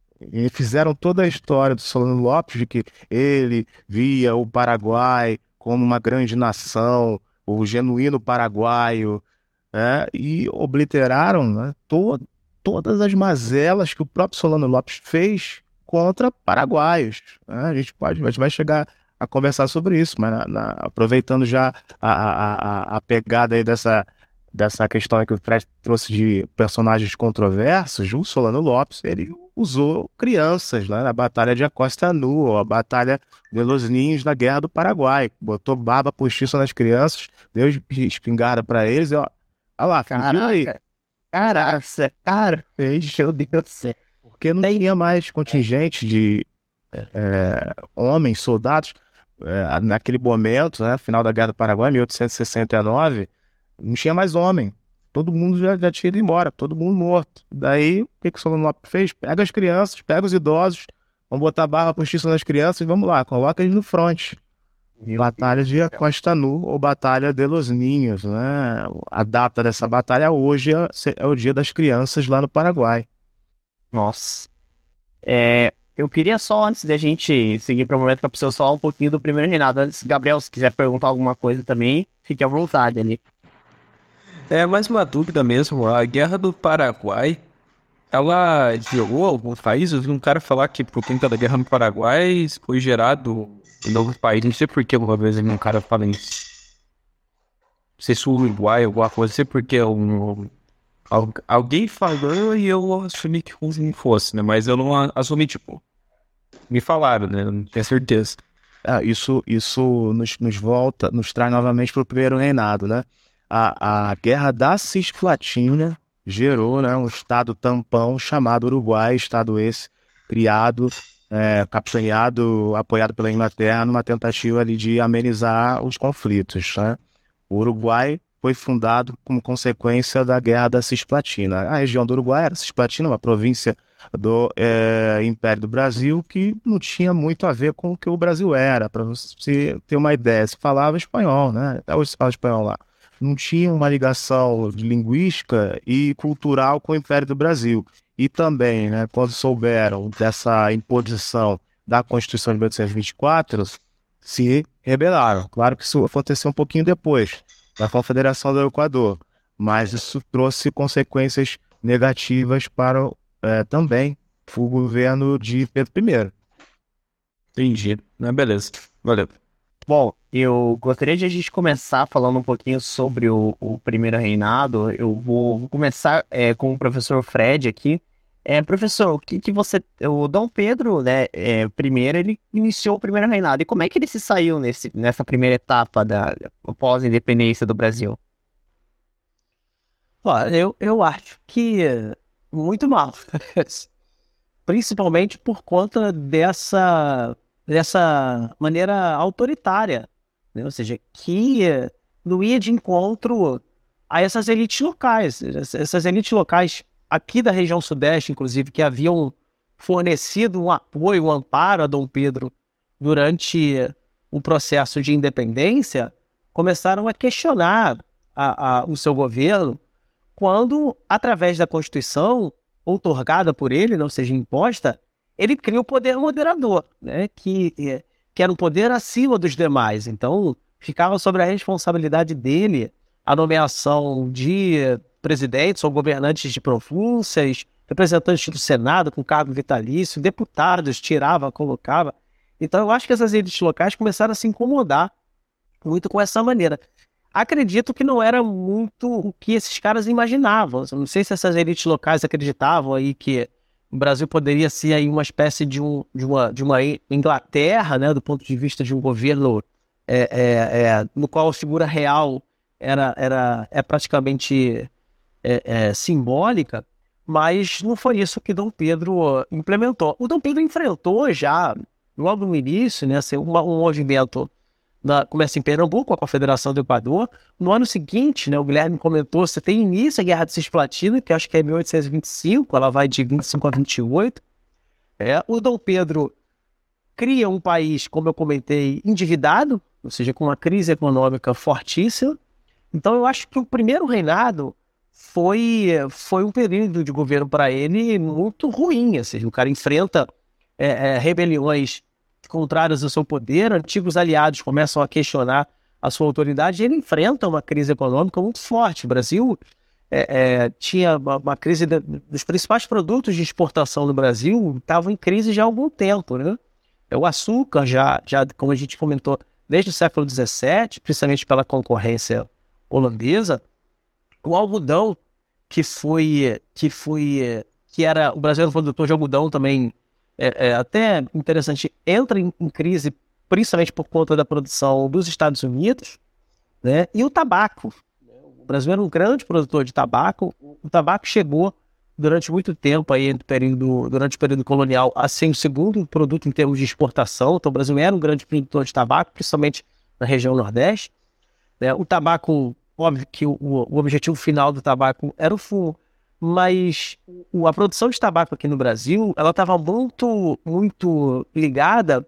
E fizeram toda a história do Solano Lopes de que ele via o Paraguai como uma grande nação, o genuíno paraguaio, né? E obliteraram, né, to- todas as mazelas que o próprio Solano Lopes fez contra paraguaios, né? A gente pode, a gente vai chegar a conversar sobre isso, mas na- na- aproveitando já a, a, a, a pegada aí dessa, dessa questão aí que o Fred trouxe de personagens controversos, o Solano Lopes, ele usou crianças, né, na Batalha de Acosta Nu, a Batalha de Los Ninhos na Guerra do Paraguai, botou baba postiça nas crianças, deu espingarda para eles, e ó, olha lá, viu aí, Caraca. Caraca, cara. fez, Meu Deus do céu. porque não tinha mais contingente de é, homens, soldados, é, naquele momento, né, final da Guerra do Paraguai, mil oitocentos e sessenta e nove, não tinha mais homem. Todo mundo já, já tinha ido embora, todo mundo morto. Daí, o que, que o Solano Lopes fez? Pega as crianças, pega os idosos, vamos botar barra postiça nas crianças e vamos lá, coloca eles no fronte. Batalha de Acosta Nu ou Batalha de Los Ninhos, né? A data dessa batalha hoje é, é o Dia das Crianças lá no Paraguai. Nossa. É, eu queria só, antes da gente seguir para o momento, para você falar um pouquinho do primeiro reinado. Antes, Gabriel, se quiser perguntar alguma coisa também, fique à vontade ali. É mais uma dúvida mesmo. A Guerra do Paraguai, ela gerou alguns países? Eu vi um cara falar que por conta da Guerra do Paraguai foi gerado em novos países. Não sei por que uma vez um cara fala isso. Não sei se o Uruguai, alguma coisa, não sei por que um, al- alguém falou e eu assumi que não fosse, né? Mas eu não a- assumi, tipo, me falaram, né? Eu não tenho certeza. Ah, isso isso nos, nos volta, nos traz novamente para o primeiro reinado, né? A, a Guerra da Cisplatina gerou, né, um estado tampão chamado Uruguai, estado esse criado, é, capitaneado, apoiado pela Inglaterra numa tentativa ali de amenizar os conflitos, né? O Uruguai foi fundado como consequência da Guerra da Cisplatina. A região do Uruguai era Cisplatina, uma província do eh, Império do Brasil que não tinha muito a ver com o que o Brasil era. Para você ter uma ideia, se falava espanhol, né? Até hoje se fala espanhol lá. Não tinha uma ligação linguística e cultural com o Império do Brasil. E também, né, quando souberam dessa imposição da Constituição de mil oitocentos e vinte e quatro, se rebelaram. Claro que isso aconteceu um pouquinho depois, da Confederação do Equador, mas isso trouxe consequências negativas para eh, também o governo de Pedro I. Entendi. Né, beleza. Valeu. Bom, eu gostaria de a gente começar falando um pouquinho sobre o, o primeiro reinado. Eu vou, vou começar é, com o professor Fred aqui. É, professor, o que, que você. O Dom Pedro, né, é, primeiro, ele iniciou o primeiro reinado. E como é que ele se saiu nesse, nessa primeira etapa da pós-independência do Brasil? Ó, eu, eu acho que muito mal. Principalmente por conta dessa, dessa maneira autoritária, né? Ou seja, que não ia de encontro a essas elites locais. Essas elites locais aqui da região sudeste, inclusive, que haviam fornecido um apoio, um amparo a Dom Pedro durante o processo de independência, começaram a questionar a, a, o seu governo quando, através da Constituição, outorgada por ele, não seja imposta, ele cria o poder moderador, né? que, que era um poder acima dos demais. Então, ficava sobre a responsabilidade dele a nomeação de presidentes ou governantes de províncias, representantes do Senado com cargo vitalício, deputados, tirava, colocava. Então, eu acho que essas elites locais começaram a se incomodar muito com essa maneira. Acredito que não era muito o que esses caras imaginavam. Eu não sei se essas elites locais acreditavam aí que o Brasil poderia ser aí uma espécie de, um, de, uma, de uma Inglaterra, né, do ponto de vista de um governo é, é, é, no qual a figura real era, era, é praticamente é, é, simbólica, mas não foi isso que Dom Pedro implementou. O Dom Pedro enfrentou já, logo no início, né, assim, uma, um movimento. Na, começa em Pernambuco, com a Confederação do Equador. No ano seguinte, né, o Guilherme comentou, você tem início a Guerra de Cisplatina, que acho que é mil oitocentos e vinte e cinco, ela vai de vinte e cinco a vinte e oito. É, o Dom Pedro cria um país, como eu comentei, endividado, ou seja, com uma crise econômica fortíssima. Então eu acho que o primeiro reinado foi, foi um período de governo para ele muito ruim. Ou seja, o cara enfrenta é, é, rebeliões contrários ao seu poder, antigos aliados começam a questionar a sua autoridade, e ele enfrenta uma crise econômica muito forte. O Brasil é, é, tinha uma, uma crise de, dos principais produtos de exportação do Brasil, estavam em crise já há algum tempo, né? O açúcar, já, já, como a gente comentou, desde o século dezessete, principalmente pela concorrência holandesa. O algodão, que foi, que foi, que era, o Brasil era um produtor de algodão também, É, é até interessante, entra em, em crise principalmente por conta da produção dos Estados Unidos, né? E o tabaco. O Brasil era um grande produtor de tabaco. O tabaco chegou durante muito tempo, aí, no período, durante o período colonial, a ser o segundo produto em termos de exportação. Então o Brasil era um grande produtor de tabaco, principalmente na região Nordeste, né? O tabaco, óbvio que o, o objetivo final do tabaco era o fumo, mas a produção de tabaco aqui no Brasil, ela estava muito, muito ligada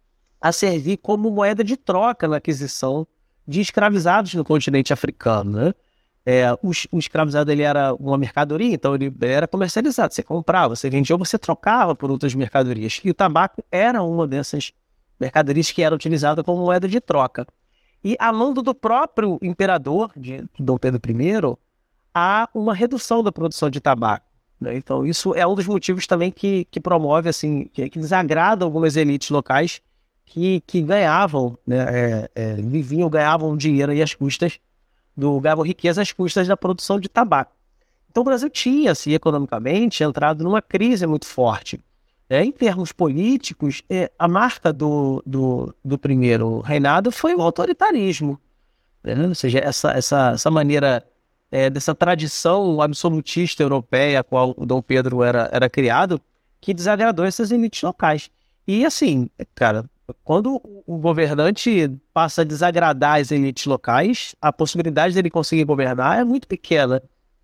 a servir como moeda de troca na aquisição de escravizados no continente africano, né? É, o, o escravizado, ele era uma mercadoria, então ele era comercializado, você comprava, você vendia ou você trocava por outras mercadorias, e o tabaco era uma dessas mercadorias que era utilizada como moeda de troca. E a mando do próprio imperador, de Dom Pedro I, há uma redução da produção de tabaco, né? Então isso é um dos motivos também que, que promove, assim, que, que desagrada algumas elites locais que, que ganhavam, né, é, é, viviam, ganhavam dinheiro e às custas, do, ganhavam riqueza às custas da produção de tabaco. Então o Brasil tinha, assim, economicamente, entrado numa crise muito forte. É, em termos políticos, é, a marca do, do, do primeiro reinado foi o autoritarismo, né? Ou seja, essa, essa, essa maneira... É, dessa tradição absolutista europeia a qual o Dom Pedro era, era criado, que desagradou essas elites locais. E assim, cara, quando o governante passa a desagradar as elites locais, a possibilidade dele conseguir governar é muito pequena.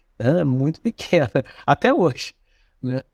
É muito pequena, até hoje, né?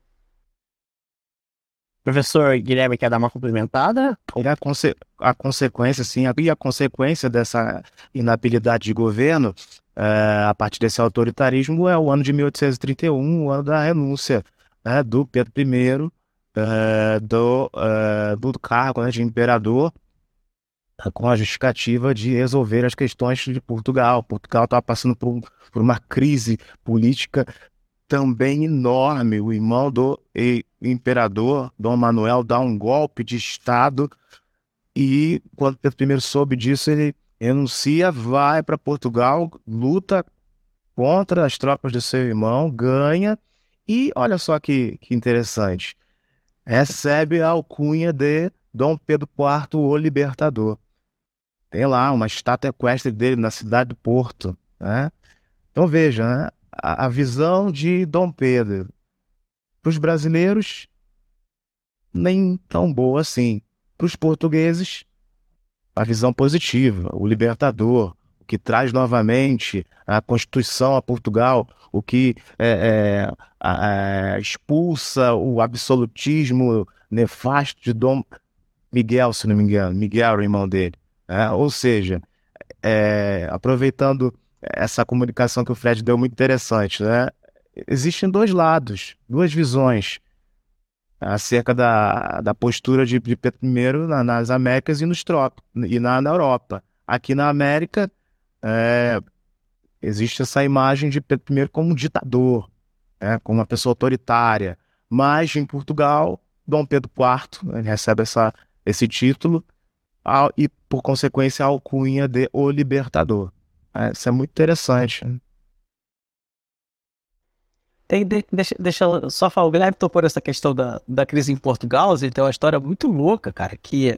Professor Guilherme, quer dar uma complementada? E a, conse a consequência, sim, a, e a consequência dessa inabilidade de governo, é, a partir desse autoritarismo, é o ano de mil oitocentos e trinta e um, o ano da renúncia, né, do Pedro I, é, do, é, do cargo, né, de imperador, com a justificativa de resolver as questões de Portugal. Portugal estava passando por, por uma crise política também enorme. O irmão do imperador, Dom Manuel, dá um golpe de Estado e, quando Pedro I soube disso, ele renuncia, vai para Portugal, luta contra as tropas do seu irmão, ganha e, olha só que, que interessante, recebe a alcunha de Dom Pedro quarto, o Libertador. Tem lá uma estátua equestre dele na cidade do Porto, né? Então veja, né? A, a visão de Dom Pedro para os brasileiros nem tão boa assim. Para os portugueses, a visão positiva, o libertador, o que traz novamente a Constituição a Portugal, o que é, é, a, a, expulsa o absolutismo nefasto de Dom Miguel, se não me engano, Miguel era o irmão dele. É, ou seja, é, aproveitando essa comunicação que o Fred deu muito interessante, né? Existem dois lados, duas visões acerca da, da postura de, de Pedro I na, nas Américas e nos trópicos, e na, na Europa. Aqui na América, é, existe essa imagem de Pedro I como um ditador, né, como uma pessoa autoritária. Mas em Portugal, Dom Pedro quarto, ele recebe essa, esse título a, e, por consequência, a alcunha de O Libertador. É, isso é muito interessante, né? Tem, de, deixa, deixa eu só falar, o Guilherme topou essa questão da, da crise em Portugal, ele tem uma história muito louca, cara, que,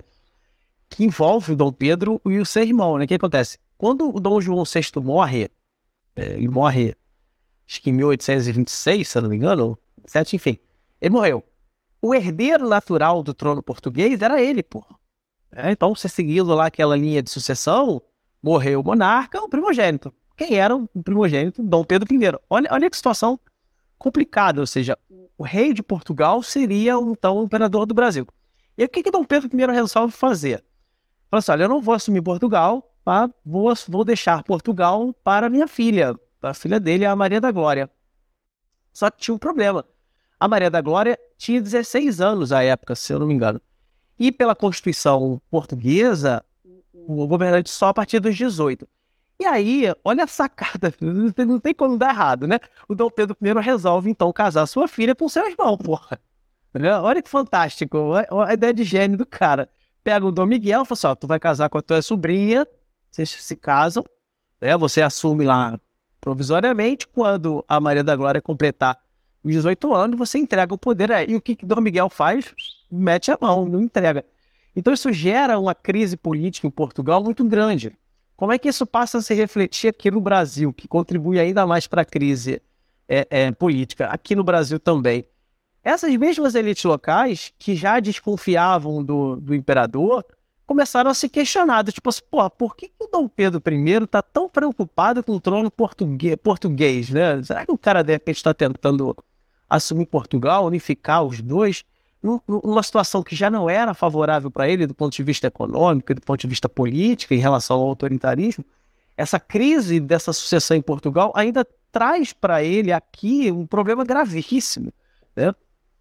que envolve o Dom Pedro e o seu irmão, né? O que acontece? Quando o Dom João sexto morre, é, ele morre, acho que em mil oitocentos e vinte e seis, se eu não me engano, sete, enfim, ele morreu. O herdeiro natural do trono português era ele, pô. É, então, você seguindo lá aquela linha de sucessão, morreu o monarca, o primogênito. Quem era o primogênito? Dom Pedro I. Olha, olha que situação complicado, ou seja, o rei de Portugal seria então o imperador do Brasil. E o que que Dom Pedro I resolve fazer? Fala assim, olha, eu não vou assumir Portugal, tá? vou, vou deixar Portugal para minha filha, para a filha dele, a Maria da Glória. Só que tinha um problema. A Maria da Glória tinha dezesseis anos à época, se eu não me engano. E pela Constituição portuguesa, o governante só a partir dos dezoito. E aí, olha a sacada, não tem como dar errado, né? O Dom Pedro I resolve, então, casar sua filha com seu irmão, porra. Olha que fantástico, a ideia de gênio do cara. Pega o Dom Miguel e fala assim, ó, tu vai casar com a tua sobrinha, vocês se casam, né? Você assume lá provisoriamente, quando a Maria da Glória completar os dezoito anos, você entrega o poder aí. E o que que Dom Miguel faz? Mete a mão, não entrega. Então isso gera uma crise política em Portugal muito grande. Como é que isso passa a se refletir aqui no Brasil, que contribui ainda mais para a crise é, é, política, aqui no Brasil também? Essas mesmas elites locais, que já desconfiavam do, do imperador, começaram a se questionar, tipo assim, pô, por que, que o Dom Pedro I está tão preocupado com o trono português, português, né? Será que o cara, de repente, está tentando assumir Portugal, unificar os dois, numa situação que já não era favorável para ele do ponto de vista econômico e do ponto de vista político em relação ao autoritarismo? Essa crise dessa sucessão em Portugal ainda traz para ele aqui um problema gravíssimo, né?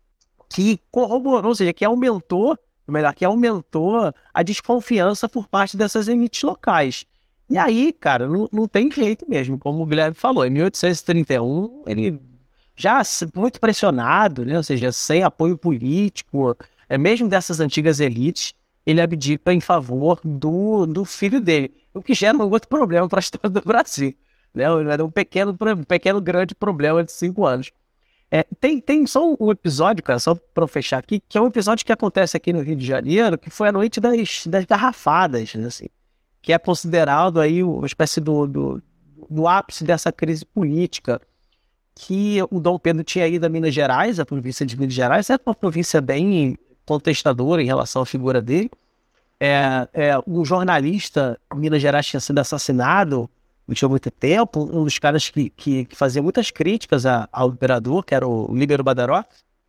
Que corroborou, ou seja, que aumentou, melhor, que aumentou a desconfiança por parte dessas elites locais. E aí, cara, não, não tem jeito mesmo, como o Guilherme falou, em mil oitocentos e trinta e um, ele já muito pressionado, né? Ou seja, sem apoio político, é, mesmo dessas antigas elites, ele abdica em favor do, do filho dele, o que gera um outro problema para a história do Brasil, né? Um pequeno, um pequeno grande problema de cinco anos. É, tem, tem só um episódio, cara, só para fechar aqui, que é um episódio que acontece aqui no Rio de Janeiro, que foi a noite das, das garrafadas, né, assim, que é considerado aí uma espécie do, do, do ápice dessa crise política, que o Dom Pedro tinha ido a Minas Gerais, a província de Minas Gerais, é uma província bem contestadora em relação à figura dele. É, é, um jornalista em Minas Gerais tinha sido assassinado não tinha muito tempo, um dos caras que, que, que fazia muitas críticas a, ao imperador, que era o Líbero Badaró.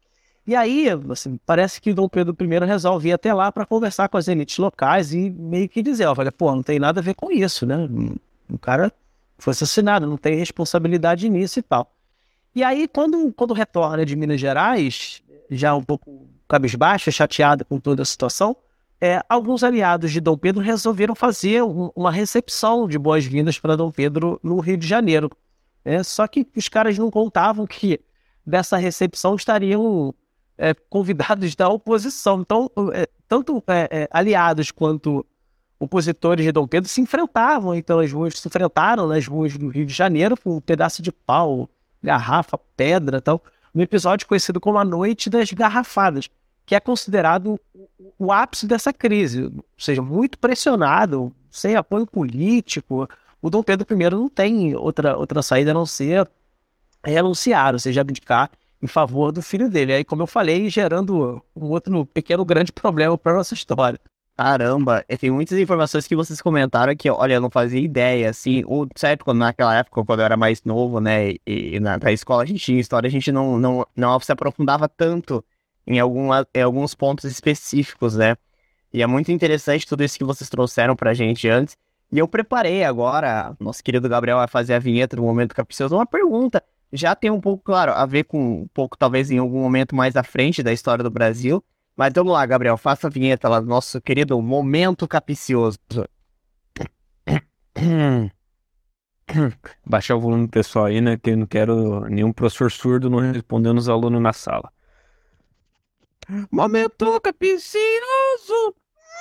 E aí, assim, parece que Dom Pedro I resolve ir até lá para conversar com as elites locais e meio que dizer, ó, olha, pô, não tem nada a ver com isso, né? O cara foi assassinado, não tem responsabilidade nisso e tal. E aí, quando, quando retorna de Minas Gerais, já um pouco cabisbaixo, chateado com toda a situação, é, alguns aliados de Dom Pedro resolveram fazer um, uma recepção de boas-vindas para Dom Pedro no Rio de Janeiro. É, só que os caras não contavam que dessa recepção estariam é, convidados da oposição. Então, é, tanto é, é, aliados quanto opositores de Dom Pedro se enfrentavam então, as ruas, se enfrentaram nas ruas do Rio de Janeiro com um pedaço de pau, garrafa, pedra e tal, num episódio conhecido como a Noite das Garrafadas, que é considerado o ápice dessa crise, ou seja, muito pressionado, sem apoio político. O Dom Pedro I não tem outra, outra saída a não ser renunciar, ou seja, abdicar em favor do filho dele. Aí, como eu falei, gerando um outro pequeno grande problema para a nossa história. Caramba, tem muitas informações que vocês comentaram que, olha, eu não fazia ideia, assim, ou, certo, quando naquela época, quando eu era mais novo, né, e, e na, na escola a gente tinha história, a gente não, não, não se aprofundava tanto em, alguma, em alguns pontos específicos, né, e é muito interessante tudo isso que vocês trouxeram pra gente antes, E eu preparei agora, nosso querido Gabriel vai fazer a vinheta do Momento Capcioso, uma pergunta, já tem um pouco, claro, a ver com um pouco, talvez em algum momento mais à frente da história do Brasil, mas vamos lá, Gabriel, faça a vinheta lá do nosso querido Momento Capcioso. Baixar o volume pessoal aí, né? Que eu não quero nenhum professor surdo não respondendo os alunos na sala. Momento capcioso!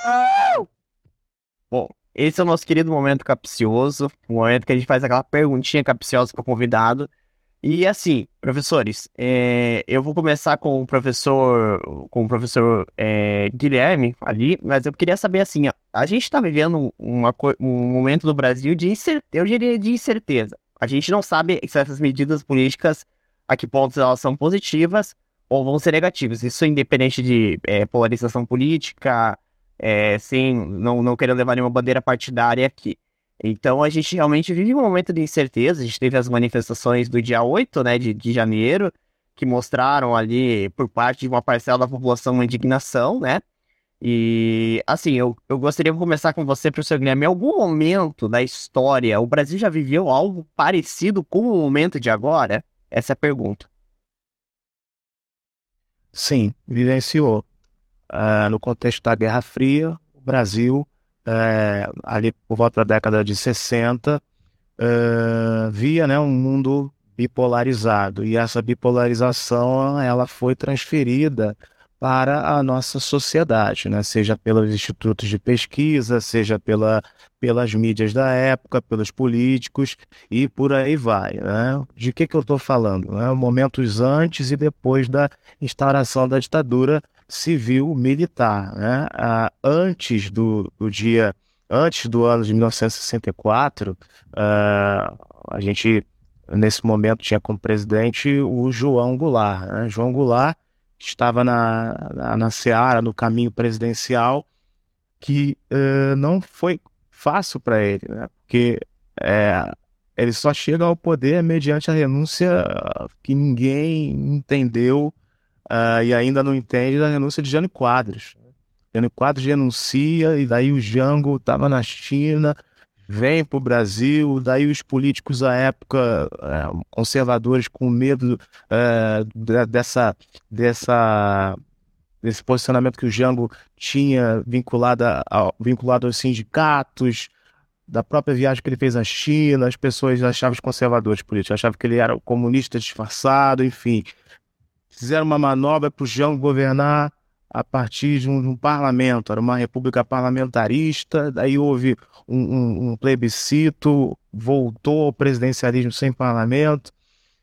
Bom, esse é o nosso querido Momento Capcioso, o momento que a gente faz aquela perguntinha capciosa para o convidado. E assim, professores, é, eu vou começar com o professor, com o professor é, Guilherme ali, mas eu queria saber assim, ó, a gente está vivendo uma, co- um momento do Brasil de incerteza, eu diria de incerteza. A gente não sabe se essas medidas políticas, a que pontos elas são positivas ou vão ser negativas. Isso independente de é, polarização política, é, sem, não, não querendo levar nenhuma bandeira partidária aqui. Então a gente realmente vive um momento de incerteza. A gente teve as manifestações do dia oito, né, de, de janeiro, que mostraram ali, por parte de uma parcela da população, uma indignação, né? E, assim, eu, eu gostaria de começar com você, professor Guilherme. Em algum momento da história, o Brasil já viveu algo parecido com o momento de agora? Essa é a pergunta. Sim, vivenciou. Ah, no contexto da Guerra Fria, o Brasil, eh, ali por volta da década de sessenta, eh, via, né, um mundo bipolarizado. E essa bipolarização ela foi transferida para a nossa sociedade, né? Seja pelos institutos de pesquisa, seja pela, pelas mídias da época, pelos políticos e por aí vai, né? De que que eu estou falando? Né? Momentos antes e depois da instauração da ditadura civil-militar, né? Ah, antes do, do dia, antes do ano de mil novecentos e sessenta e quatro, ah, a gente nesse momento tinha como presidente o João Goulart, né? João Goulart estava na, na, na seara, no caminho presidencial, que eh, não foi fácil para ele, né? Porque eh, ele só chega ao poder mediante a renúncia que ninguém entendeu, ah, e ainda não entende, da renúncia de Jânio Quadros. Jânio Quadros renuncia e daí o Jango estava na China, vem para o Brasil, daí os políticos à época, eh, conservadores, com medo eh, de- dessa, dessa, desse posicionamento que o Jango tinha vinculado, a- ao, vinculado aos sindicatos, da própria viagem que ele fez à China, as pessoas achavam os conservadores políticos, achavam que ele era um comunista disfarçado, enfim. Fizeram uma manobra para o Jango governar a partir de um, de um parlamento, era uma república parlamentarista, daí houve um, um- um plebiscito, voltou ao presidencialismo sem parlamento,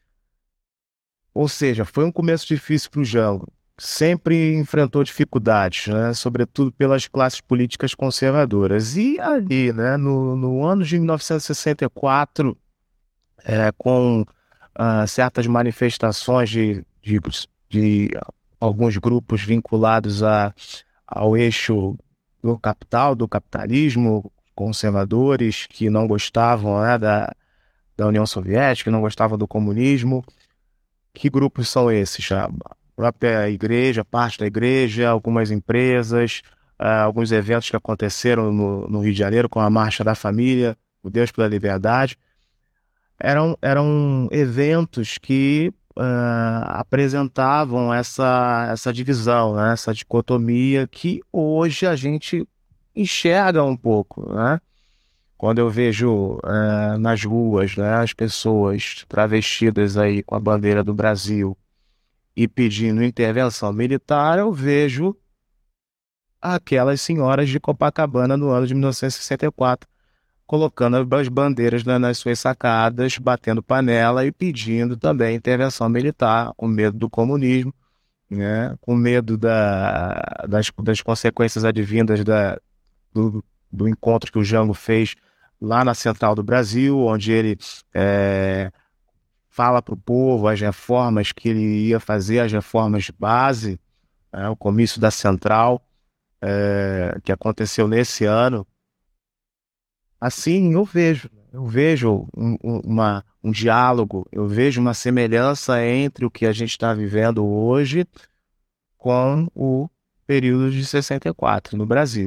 ou seja, foi um começo difícil para o Jango, sempre enfrentou dificuldades, né, sobretudo pelas classes políticas conservadoras, e ali, né, no, no ano de mil novecentos e sessenta e quatro, é, com ah, certas manifestações de, de, de alguns grupos vinculados a, ao eixo do capital, do capitalismo, conservadores que não gostavam, né, da, da União Soviética, que não gostavam do comunismo. Que grupos são esses? A própria igreja, parte da igreja, algumas empresas, ah, alguns eventos que aconteceram no, no Rio de Janeiro, com a Marcha da Família, o Deus pela Liberdade. Eram, eram eventos que ah, apresentavam essa, essa divisão, né? Essa dicotomia que hoje a gente enxerga um pouco, né? Quando eu vejo ah, nas ruas, né, as pessoas travestidas aí com a bandeira do Brasil e pedindo intervenção militar, eu vejo aquelas senhoras de Copacabana no ano de mil novecentos e sessenta e quatro colocando as bandeiras na- nas suas sacadas, batendo panela e pedindo também intervenção militar, com medo do comunismo, né? Com medo da, das, das consequências advindas da, do, do encontro que o Jango fez lá na Central do Brasil, onde ele eh, fala para o povo as reformas que ele ia fazer, as reformas de base, né? O comício da Central, eh, que aconteceu nesse ano. Assim, eu vejo, eu vejo um, um- uma, um diálogo, eu vejo uma semelhança entre o que a gente está vivendo hoje com o período de sessenta e quatro no Brasil.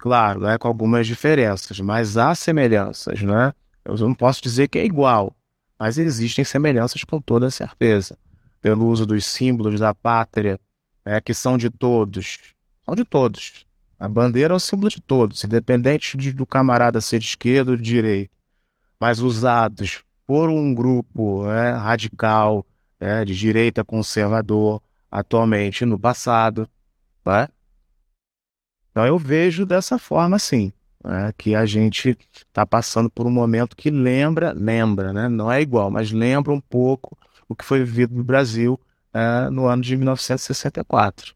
claro, né, com algumas diferenças, mas há semelhanças, né? Eu não posso dizer que é igual, mas existem semelhanças com toda certeza. Pelo uso dos símbolos da pátria, né, que são de todos, são de todos. A bandeira é o símbolo de todos, independente de, do camarada ser de esquerda ou de direita, mas usados por um grupo, né, radical, né, de direita conservador, atualmente no passado, né? Então eu vejo dessa forma, sim, né, que a gente está passando por um momento que lembra, lembra, né, não é igual, mas lembra um pouco o que foi vivido no Brasil é, no ano de mil novecentos e sessenta e quatro.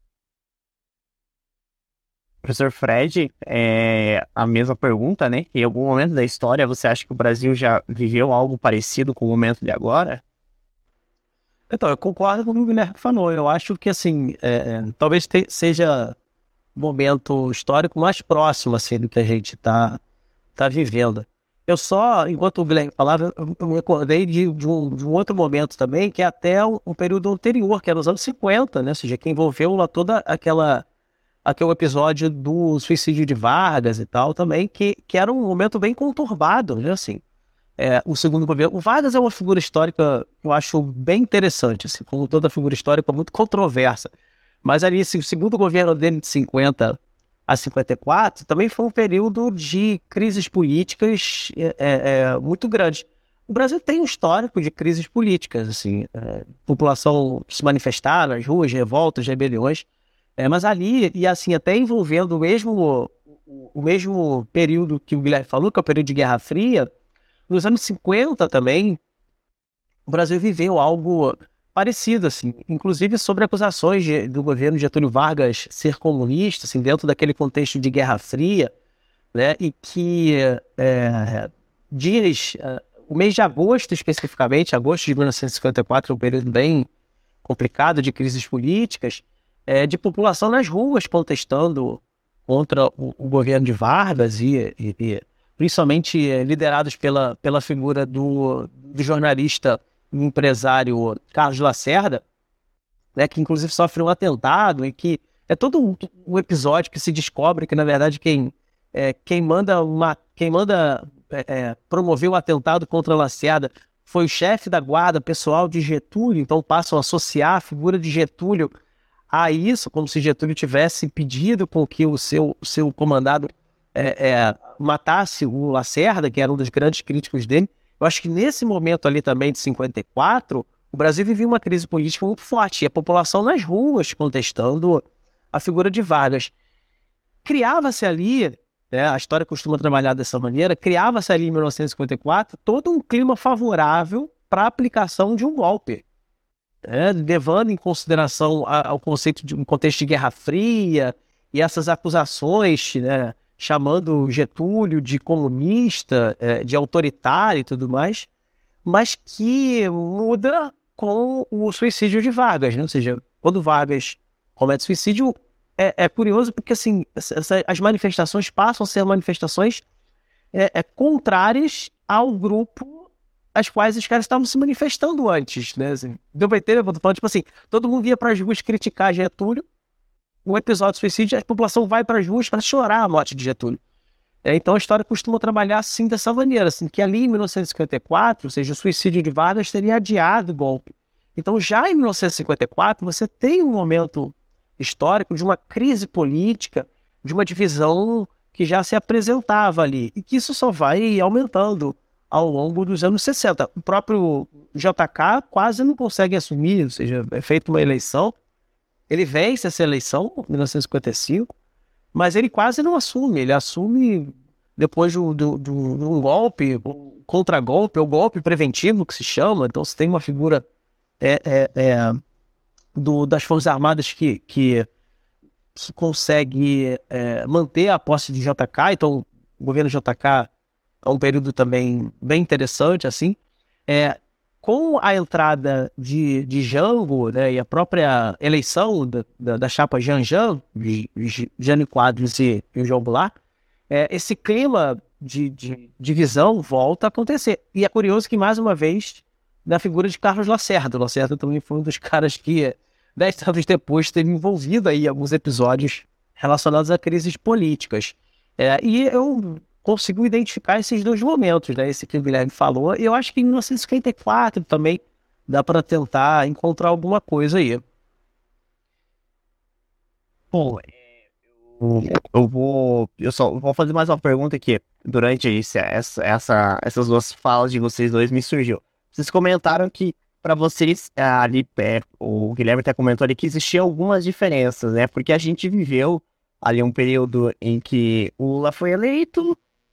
Professor Fred, é a mesma pergunta, né? Em algum momento da história, você acha que o Brasil já viveu algo parecido com o momento de agora? Então, eu concordo com o que o Guilherme falou. Eu acho que, assim, é, é, talvez te, seja o momento histórico mais próximo, assim, do que a gente está tá vivendo. Eu só, enquanto o Guilherme falava, eu, eu me recordei de, de, um, de um outro momento também, que é até um, um período anterior, que era os anos cinquenta, né? Ou seja, que envolveu lá toda aquela... aquele episódio do suicídio de Vargas e tal também, que, que era um momento bem conturbado, né, assim, é, o segundo governo, o Vargas é uma figura histórica que eu acho bem interessante, assim, como toda figura histórica, muito controversa, mas ali, assim, o segundo governo dele de cinquenta a cinquenta e quatro também foi um período de crises políticas é, é, muito grandes. O Brasil tem um histórico de crises políticas, assim, é, população que se manifestava nas ruas, revoltas, rebeliões. É, mas ali, e assim, até envolvendo o mesmo, o mesmo período que o Guilherme falou, que é o período de Guerra Fria, nos anos cinquenta também, o Brasil viveu algo parecido, assim, inclusive sobre acusações de, do governo de Getúlio Vargas ser comunista, assim, dentro daquele contexto de Guerra Fria, né, e que é, dias, o mês de agosto especificamente, agosto de mil novecentos e cinquenta e quatro, é um período bem complicado de crises políticas, É, de população nas ruas protestando contra o, o governo de Vargas e, e, e principalmente é, liderados pela, pela figura do, do jornalista e empresário Carlos Lacerda, né, que inclusive sofre um atentado e que é todo um, um episódio que se descobre que, na verdade, quem, é, quem manda, uma, quem manda é, é, promover o atentado contra Lacerda foi o chefe da guarda pessoal de Getúlio, então passam a associar a figura de Getúlio a isso, como se Getúlio tivesse pedido com que o seu, o seu comandado é, é, matasse o Lacerda, que era um dos grandes críticos dele. Eu acho que nesse momento ali também de cinquenta e quatro, o Brasil vivia uma crise política muito forte, e a população nas ruas contestando a figura de Vargas. Criava-se ali, né, a história costuma trabalhar dessa maneira, criava-se ali em mil novecentos e cinquenta e quatro todo um clima favorável para a aplicação de um golpe. É, levando em consideração a, ao conceito de um contexto de Guerra Fria e essas acusações, né, chamando Getúlio de comunista, é, de autoritário e tudo mais, mas que muda com o suicídio de Vargas, né? Ou seja, quando Vargas comete suicídio, é, é curioso porque assim, essa, as manifestações passam a ser manifestações é, é, contrárias ao grupo as quais os caras estavam se manifestando antes, né? Assim, deu pra entender? Eu tô falando, tipo assim, todo mundo ia pras ruas criticar Getúlio, um episódio de suicídio, a população vai pras ruas para chorar a morte de Getúlio. É, então a história costuma trabalhar assim, dessa maneira, assim, que ali em mil novecentos e cinquenta e quatro, ou seja, o suicídio de Vargas teria adiado o golpe. Então já em mil novecentos e cinquenta e quatro, você tem um momento histórico de uma crise política, de uma divisão que já se apresentava ali, e que isso só vai aumentando ao longo dos anos sessenta. O próprio J K quase não consegue assumir, ou seja, é feita uma eleição, ele vence essa eleição em mil novecentos e cinquenta e cinco, mas ele quase não assume, ele assume depois de um golpe, um contragolpe, ou golpe preventivo que se chama. Então você tem uma figura é, é, é, do, das Forças Armadas que, que, que consegue é, manter a posse de J K, então o governo J K é um período também bem interessante, assim. É, com a entrada de, de Jango, né, e a própria eleição da, da, da chapa Janjan, de, de Jânio Quadros e, e o João Goulart, é, esse clima de, de divisão volta a acontecer. E é curioso que, mais uma vez, na figura de Carlos Lacerda. O Lacerda também foi um dos caras que, dez anos depois, esteve envolvido aí em alguns episódios relacionados a crises políticas. É, e eu consigo identificar esses dois momentos, né? Esse que o Guilherme falou, e eu acho que em mil novecentos e cinquenta e quatro também dá para tentar encontrar alguma coisa aí. Bom, eu, eu vou. Eu só vou fazer mais uma pergunta aqui. Durante esse, essa, essa, essas duas falas de vocês dois me surgiu. Vocês comentaram que para vocês, ah, ali, é, o Guilherme até comentou ali que existiam algumas diferenças, né? Porque a gente viveu ali um período em que o Lula foi eleito,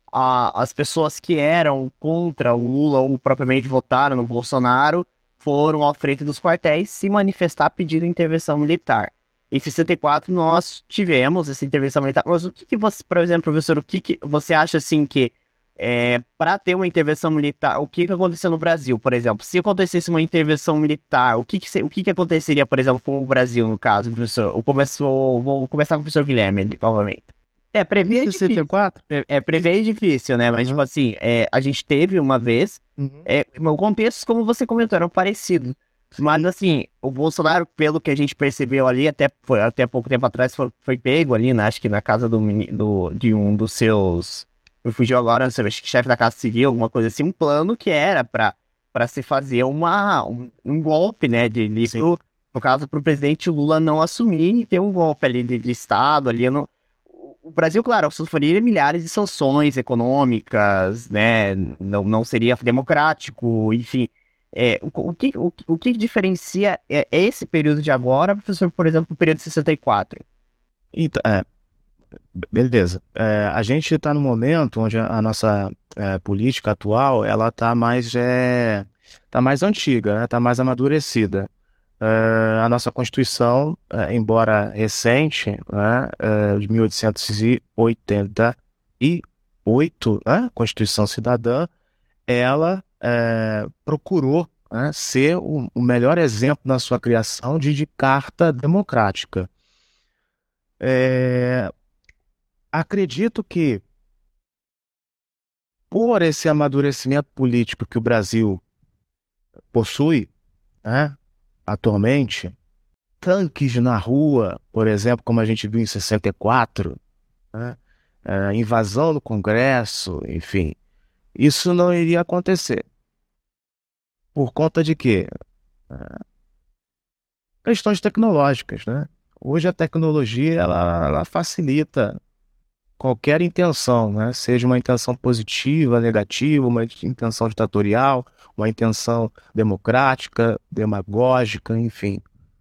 a, as pessoas que eram contra o Lula ou propriamente votaram no Bolsonaro foram à frente dos quartéis se manifestar pedindo intervenção militar. Em sessenta e quatro nós tivemos essa intervenção militar. Mas o que, que você, por exemplo, professor, o que, que você acha assim que é, para ter uma intervenção militar, o que, que aconteceu no Brasil, por exemplo? Se acontecesse uma intervenção militar, o que, que, se- o que, que aconteceria, por exemplo, com o Brasil, no caso, professor? Eu começo, vou começar com o professor Guilherme, novamente. É, prever é sessenta e difícil. quatro? É, é, prever é difícil, né? Mas, Uhum. tipo assim, é, a gente teve uma vez, Uhum. é, o contexto, como você comentou, eram parecidos. Mas, assim, o Bolsonaro, pelo que a gente percebeu ali, até, foi, até pouco tempo atrás, foi, foi pego ali, né? Acho que na casa do, meni- do, de um dos seus. Me fugiu agora, não sei, acho que chefe da Casa Civil, alguma coisa assim, um plano que era para para se fazer uma, um, um golpe, né? De, de, Sim. pro, no caso, para o presidente Lula não assumir e ter um golpe ali de, de Estado ali. No, o o Brasil, claro, sofreria milhares de sanções econômicas, né? Não, não seria democrático, enfim. É, o, o que, o, o que diferencia é, esse período de agora, professor, por exemplo, do período de sessenta e quatro? Então, é, be- beleza. É, a gente está no momento onde a, a nossa é, política atual ela está mais é, tá mais antiga, né? Está mais amadurecida. É, a nossa Constituição, é, embora recente, né, é, de mil oitocentos e oitenta e oito, né, Constituição Cidadã, ela é, procurou, né, ser o, o melhor exemplo na sua criação de, de carta democrática. É, acredito que, por esse amadurecimento político que o Brasil possui, né, atualmente, tanques na rua, por exemplo, como a gente viu em sessenta e quatro, né, é, invasão no Congresso, enfim, isso não iria acontecer. Por conta de quê? Questões tecnológicas, né? Hoje a tecnologia ela, ela facilita qualquer intenção, né? Seja uma intenção positiva, negativa, uma intenção ditatorial, uma intenção democrática, demagógica, enfim.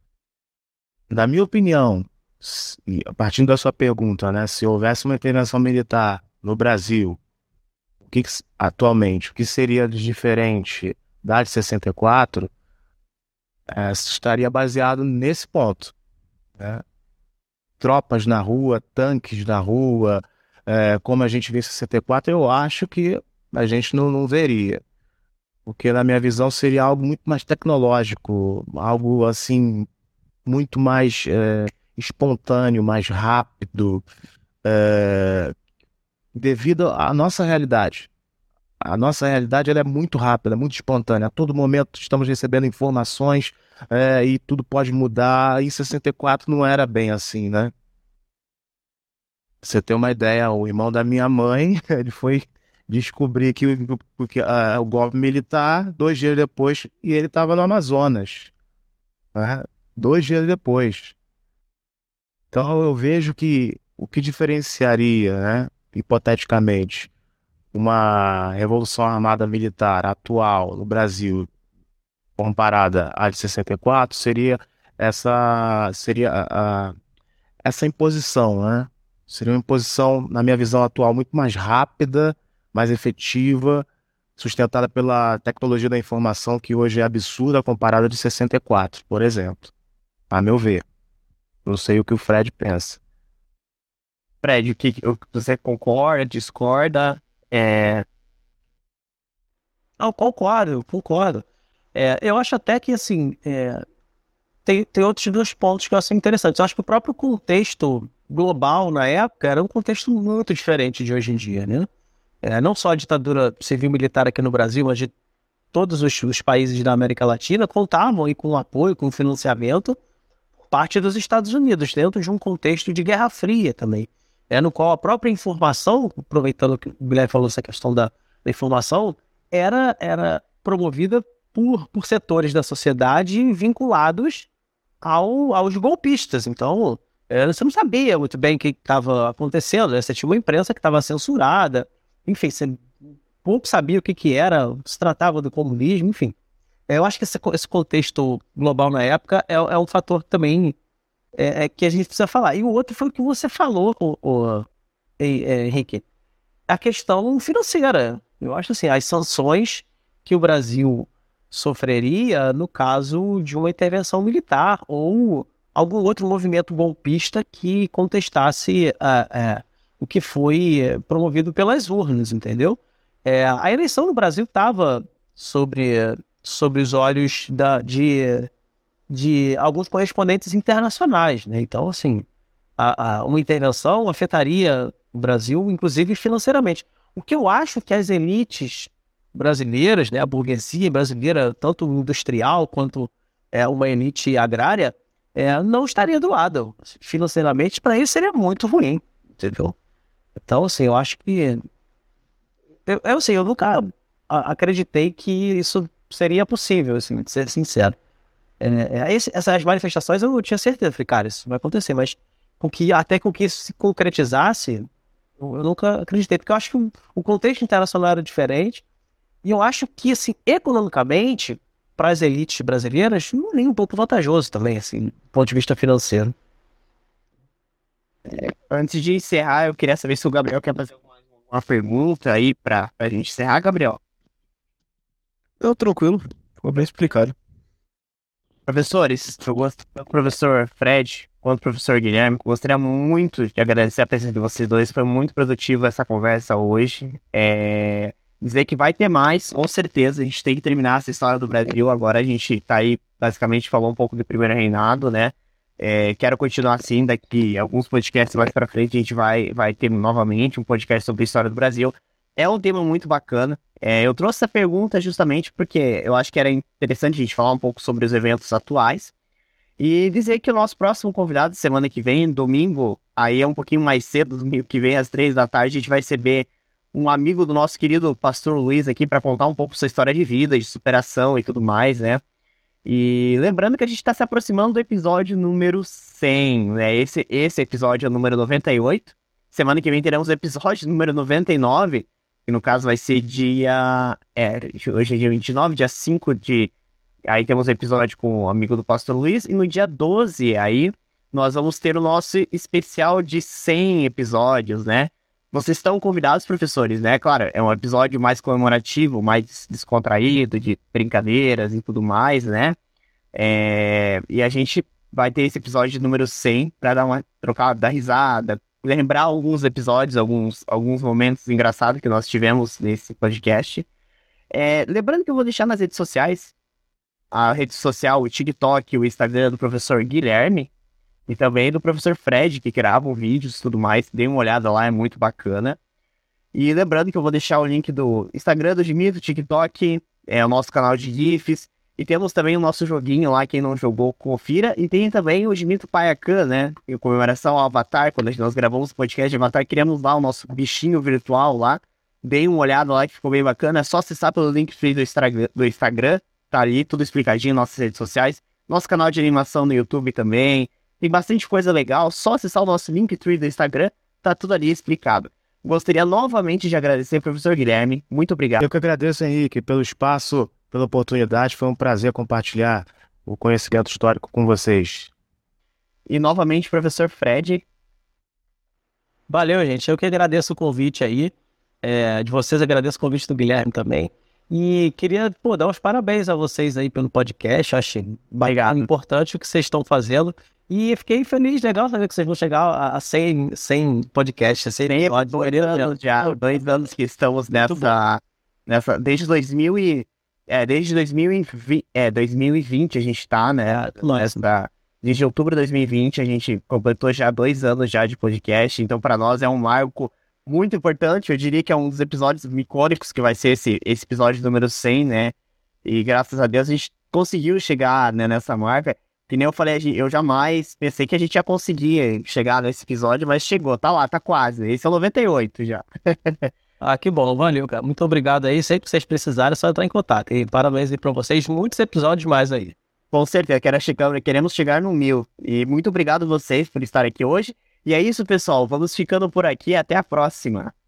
Na minha opinião, se- e a partir da sua pergunta, né? Se houvesse uma intervenção militar no Brasil, o que que s- atualmente, o que seria de diferente da de sessenta e quatro, eh, estaria baseado nesse ponto, né? Tropas na rua, tanques na rua, é, como a gente viu em sessenta e quatro, eu acho que a gente não, não veria. Porque, na minha visão, seria algo muito mais tecnológico, algo assim, muito mais é, espontâneo, mais rápido, é, devido à nossa realidade. A nossa realidade ela é muito rápida, é muito espontânea. A todo momento estamos recebendo informações é, e tudo pode mudar. Em sessenta e quatro não era bem assim, né? Pra você ter uma ideia, o irmão da minha mãe, ele foi descobrir que, o- que, ah, o golpe militar, dois dias depois, e ele estava no Amazonas, né? Dois dias depois. Então eu vejo que o que diferenciaria, né, hipoteticamente, uma revolução armada militar atual no Brasil comparada à de sessenta e quatro seria essa seria a, a- essa imposição, né? Seria uma imposição, na minha visão atual, muito mais rápida, mais efetiva, sustentada pela tecnologia da informação, que hoje é absurda comparada à de sessenta e quatro, por exemplo. A meu ver. Não sei o que o Fred pensa. Fred, o que, o- você concorda, discorda? É, Não, concordo, concordo. É, eu acho até que, assim, é, tem, tem outros dois pontos que eu acho interessantes. Eu acho que o próprio contexto global na época era um contexto muito diferente de hoje em dia, né? É, não só a ditadura civil-militar aqui no Brasil, mas de todos os, os países da América Latina contavam aí com apoio, com financiamento por parte dos Estados Unidos, dentro de um contexto de Guerra Fria também, é, no qual a própria informação, aproveitando que o Guilherme falou essa questão da, da informação, era, era promovida por, por setores da sociedade vinculados ao, aos golpistas. Então, é, você não sabia muito bem o que estava acontecendo, né? Você tinha uma imprensa que estava censurada, enfim, você pouco sabia o que, que era, se tratava do comunismo, enfim. Eu acho que esse, esse contexto global na época é, é um fator também é, é, que a gente precisa falar. E o outro foi o que você falou, o, o, é, Henrique, a questão financeira. Eu acho assim, as sanções que o Brasil sofreria no caso de uma intervenção militar ou algum outro movimento golpista que contestasse uh, uh, o que foi promovido pelas urnas, entendeu? É, a eleição no Brasil estava sobre... sobre os olhos da, de, de alguns correspondentes internacionais, né? Então, assim, a, a, uma intervenção afetaria o Brasil, inclusive financeiramente. O que eu acho que as elites brasileiras, né, a burguesia brasileira, tanto industrial quanto é, uma elite agrária, é, não estaria do lado. Financeiramente, para isso seria muito ruim, entendeu? Então, assim, eu acho que... Eu, eu, assim, eu nunca acreditei que isso seria possível, assim, de ser sincero. É, é, esse, essas manifestações eu tinha certeza, falei, cara, isso vai acontecer, mas com que, até com que isso se concretizasse, eu, eu nunca acreditei, porque eu acho que o, o contexto internacional era diferente, e eu acho que, assim, economicamente, para as elites brasileiras, não é nem um pouco vantajoso também, assim, do ponto de vista financeiro. É, antes de encerrar, eu queria saber se o Gabriel quer fazer alguma, alguma pergunta aí pra, pra gente encerrar, Gabriel. Não, tranquilo. Ficou bem explicado. Professores, eu gosto, tanto o professor Fred quanto o professor Guilherme, gostaria muito de agradecer a presença de vocês dois. Foi muito produtiva essa conversa hoje. É, dizer que vai ter mais, com certeza. A gente tem que terminar essa história do Brasil. Agora a gente tá aí, basicamente, falou um pouco do primeiro reinado, né? É, quero continuar assim, daqui alguns podcasts mais pra frente a gente vai, vai ter novamente um podcast sobre a história do Brasil. É um tema muito bacana. É, eu trouxe essa pergunta justamente porque eu acho que era interessante a gente falar um pouco sobre os eventos atuais e dizer que o nosso próximo convidado, semana que vem, domingo, aí é um pouquinho mais cedo, domingo que vem, às três da tarde, a gente vai receber um amigo do nosso querido pastor Luiz aqui para contar um pouco sua história de vida, de superação e tudo mais, né? E lembrando que a gente está se aproximando do episódio número cem, né? Esse, esse episódio é o número noventa e oito. Semana que vem teremos o episódio número noventa e nove, que no caso vai ser dia... É, hoje é dia vinte e nove, dia cinco de... Aí temos o episódio com o amigo do pastor Luiz. E no dia doze, aí, nós vamos ter o nosso especial de cem episódios, né? Vocês estão convidados, professores, né? Claro, é um episódio mais comemorativo, mais descontraído, de brincadeiras e tudo mais, né? É... E a gente vai ter esse episódio número cem para dar uma trocada, dar risada, lembrar alguns episódios, alguns, alguns momentos engraçados que nós tivemos nesse podcast. É, lembrando que eu vou deixar nas redes sociais, a rede social, o TikTok, o Instagram do professor Guilherme e também do professor Fred, que gravam vídeos e tudo mais. Dê uma olhada lá, é muito bacana. E lembrando que eu vou deixar o link do Instagram do Jimmy, do TikTok, é o nosso canal de GIFs. E temos também o nosso joguinho lá, quem não jogou, confira. E tem também o Jimito Paiacan, né? Em comemoração ao Avatar, quando nós gravamos o podcast de Avatar, criamos lá o nosso bichinho virtual lá. Deem uma olhada lá que ficou bem bacana. É só acessar pelo link do Instagram, do Instagram. Tá ali, tudo explicadinho em nossas redes sociais. Nosso canal de animação no YouTube também. Tem bastante coisa legal. Só acessar o nosso Linktree do Instagram. Tá tudo ali explicado. Gostaria novamente de agradecer ao professor Guilherme. Muito obrigado. Eu que agradeço, Henrique, pelo espaço, pela oportunidade. Foi um prazer compartilhar o conhecimento histórico com vocês. E novamente, professor Fred. Valeu, gente. Eu que agradeço o convite aí. É, de vocês, agradeço o convite do Guilherme também. E queria, pô, dar os parabéns a vocês aí pelo podcast. Achei bacana, importante o que vocês estão fazendo. E fiquei feliz, legal saber que vocês vão chegar a, a cem, cem podcasts. cem episódios. Dois anos já, dois anos que estamos nessa, nessa desde dois mil e... É, desde dois mil e vinte, é, dois mil e vinte a gente tá, né, nessa, desde outubro de dois mil e vinte a gente completou já dois anos já de podcast, então para nós é um marco muito importante, eu diria que é um dos episódios icônicos que vai ser esse, esse episódio número cem, né, e graças a Deus a gente conseguiu chegar, né, nessa marca. Que nem eu falei, eu jamais pensei que a gente ia conseguir chegar nesse episódio, mas chegou, tá lá, tá quase. Esse é o noventa e oito já. Ah, que bom, valeu, cara. Muito obrigado aí. Sempre que vocês precisarem, é só entrar em contato. E parabéns aí pra vocês. Muitos episódios mais aí. Com certeza, quero chegar, queremos chegar no mil. E muito obrigado vocês por estarem aqui hoje. E é isso, pessoal. Vamos ficando por aqui. Até a próxima.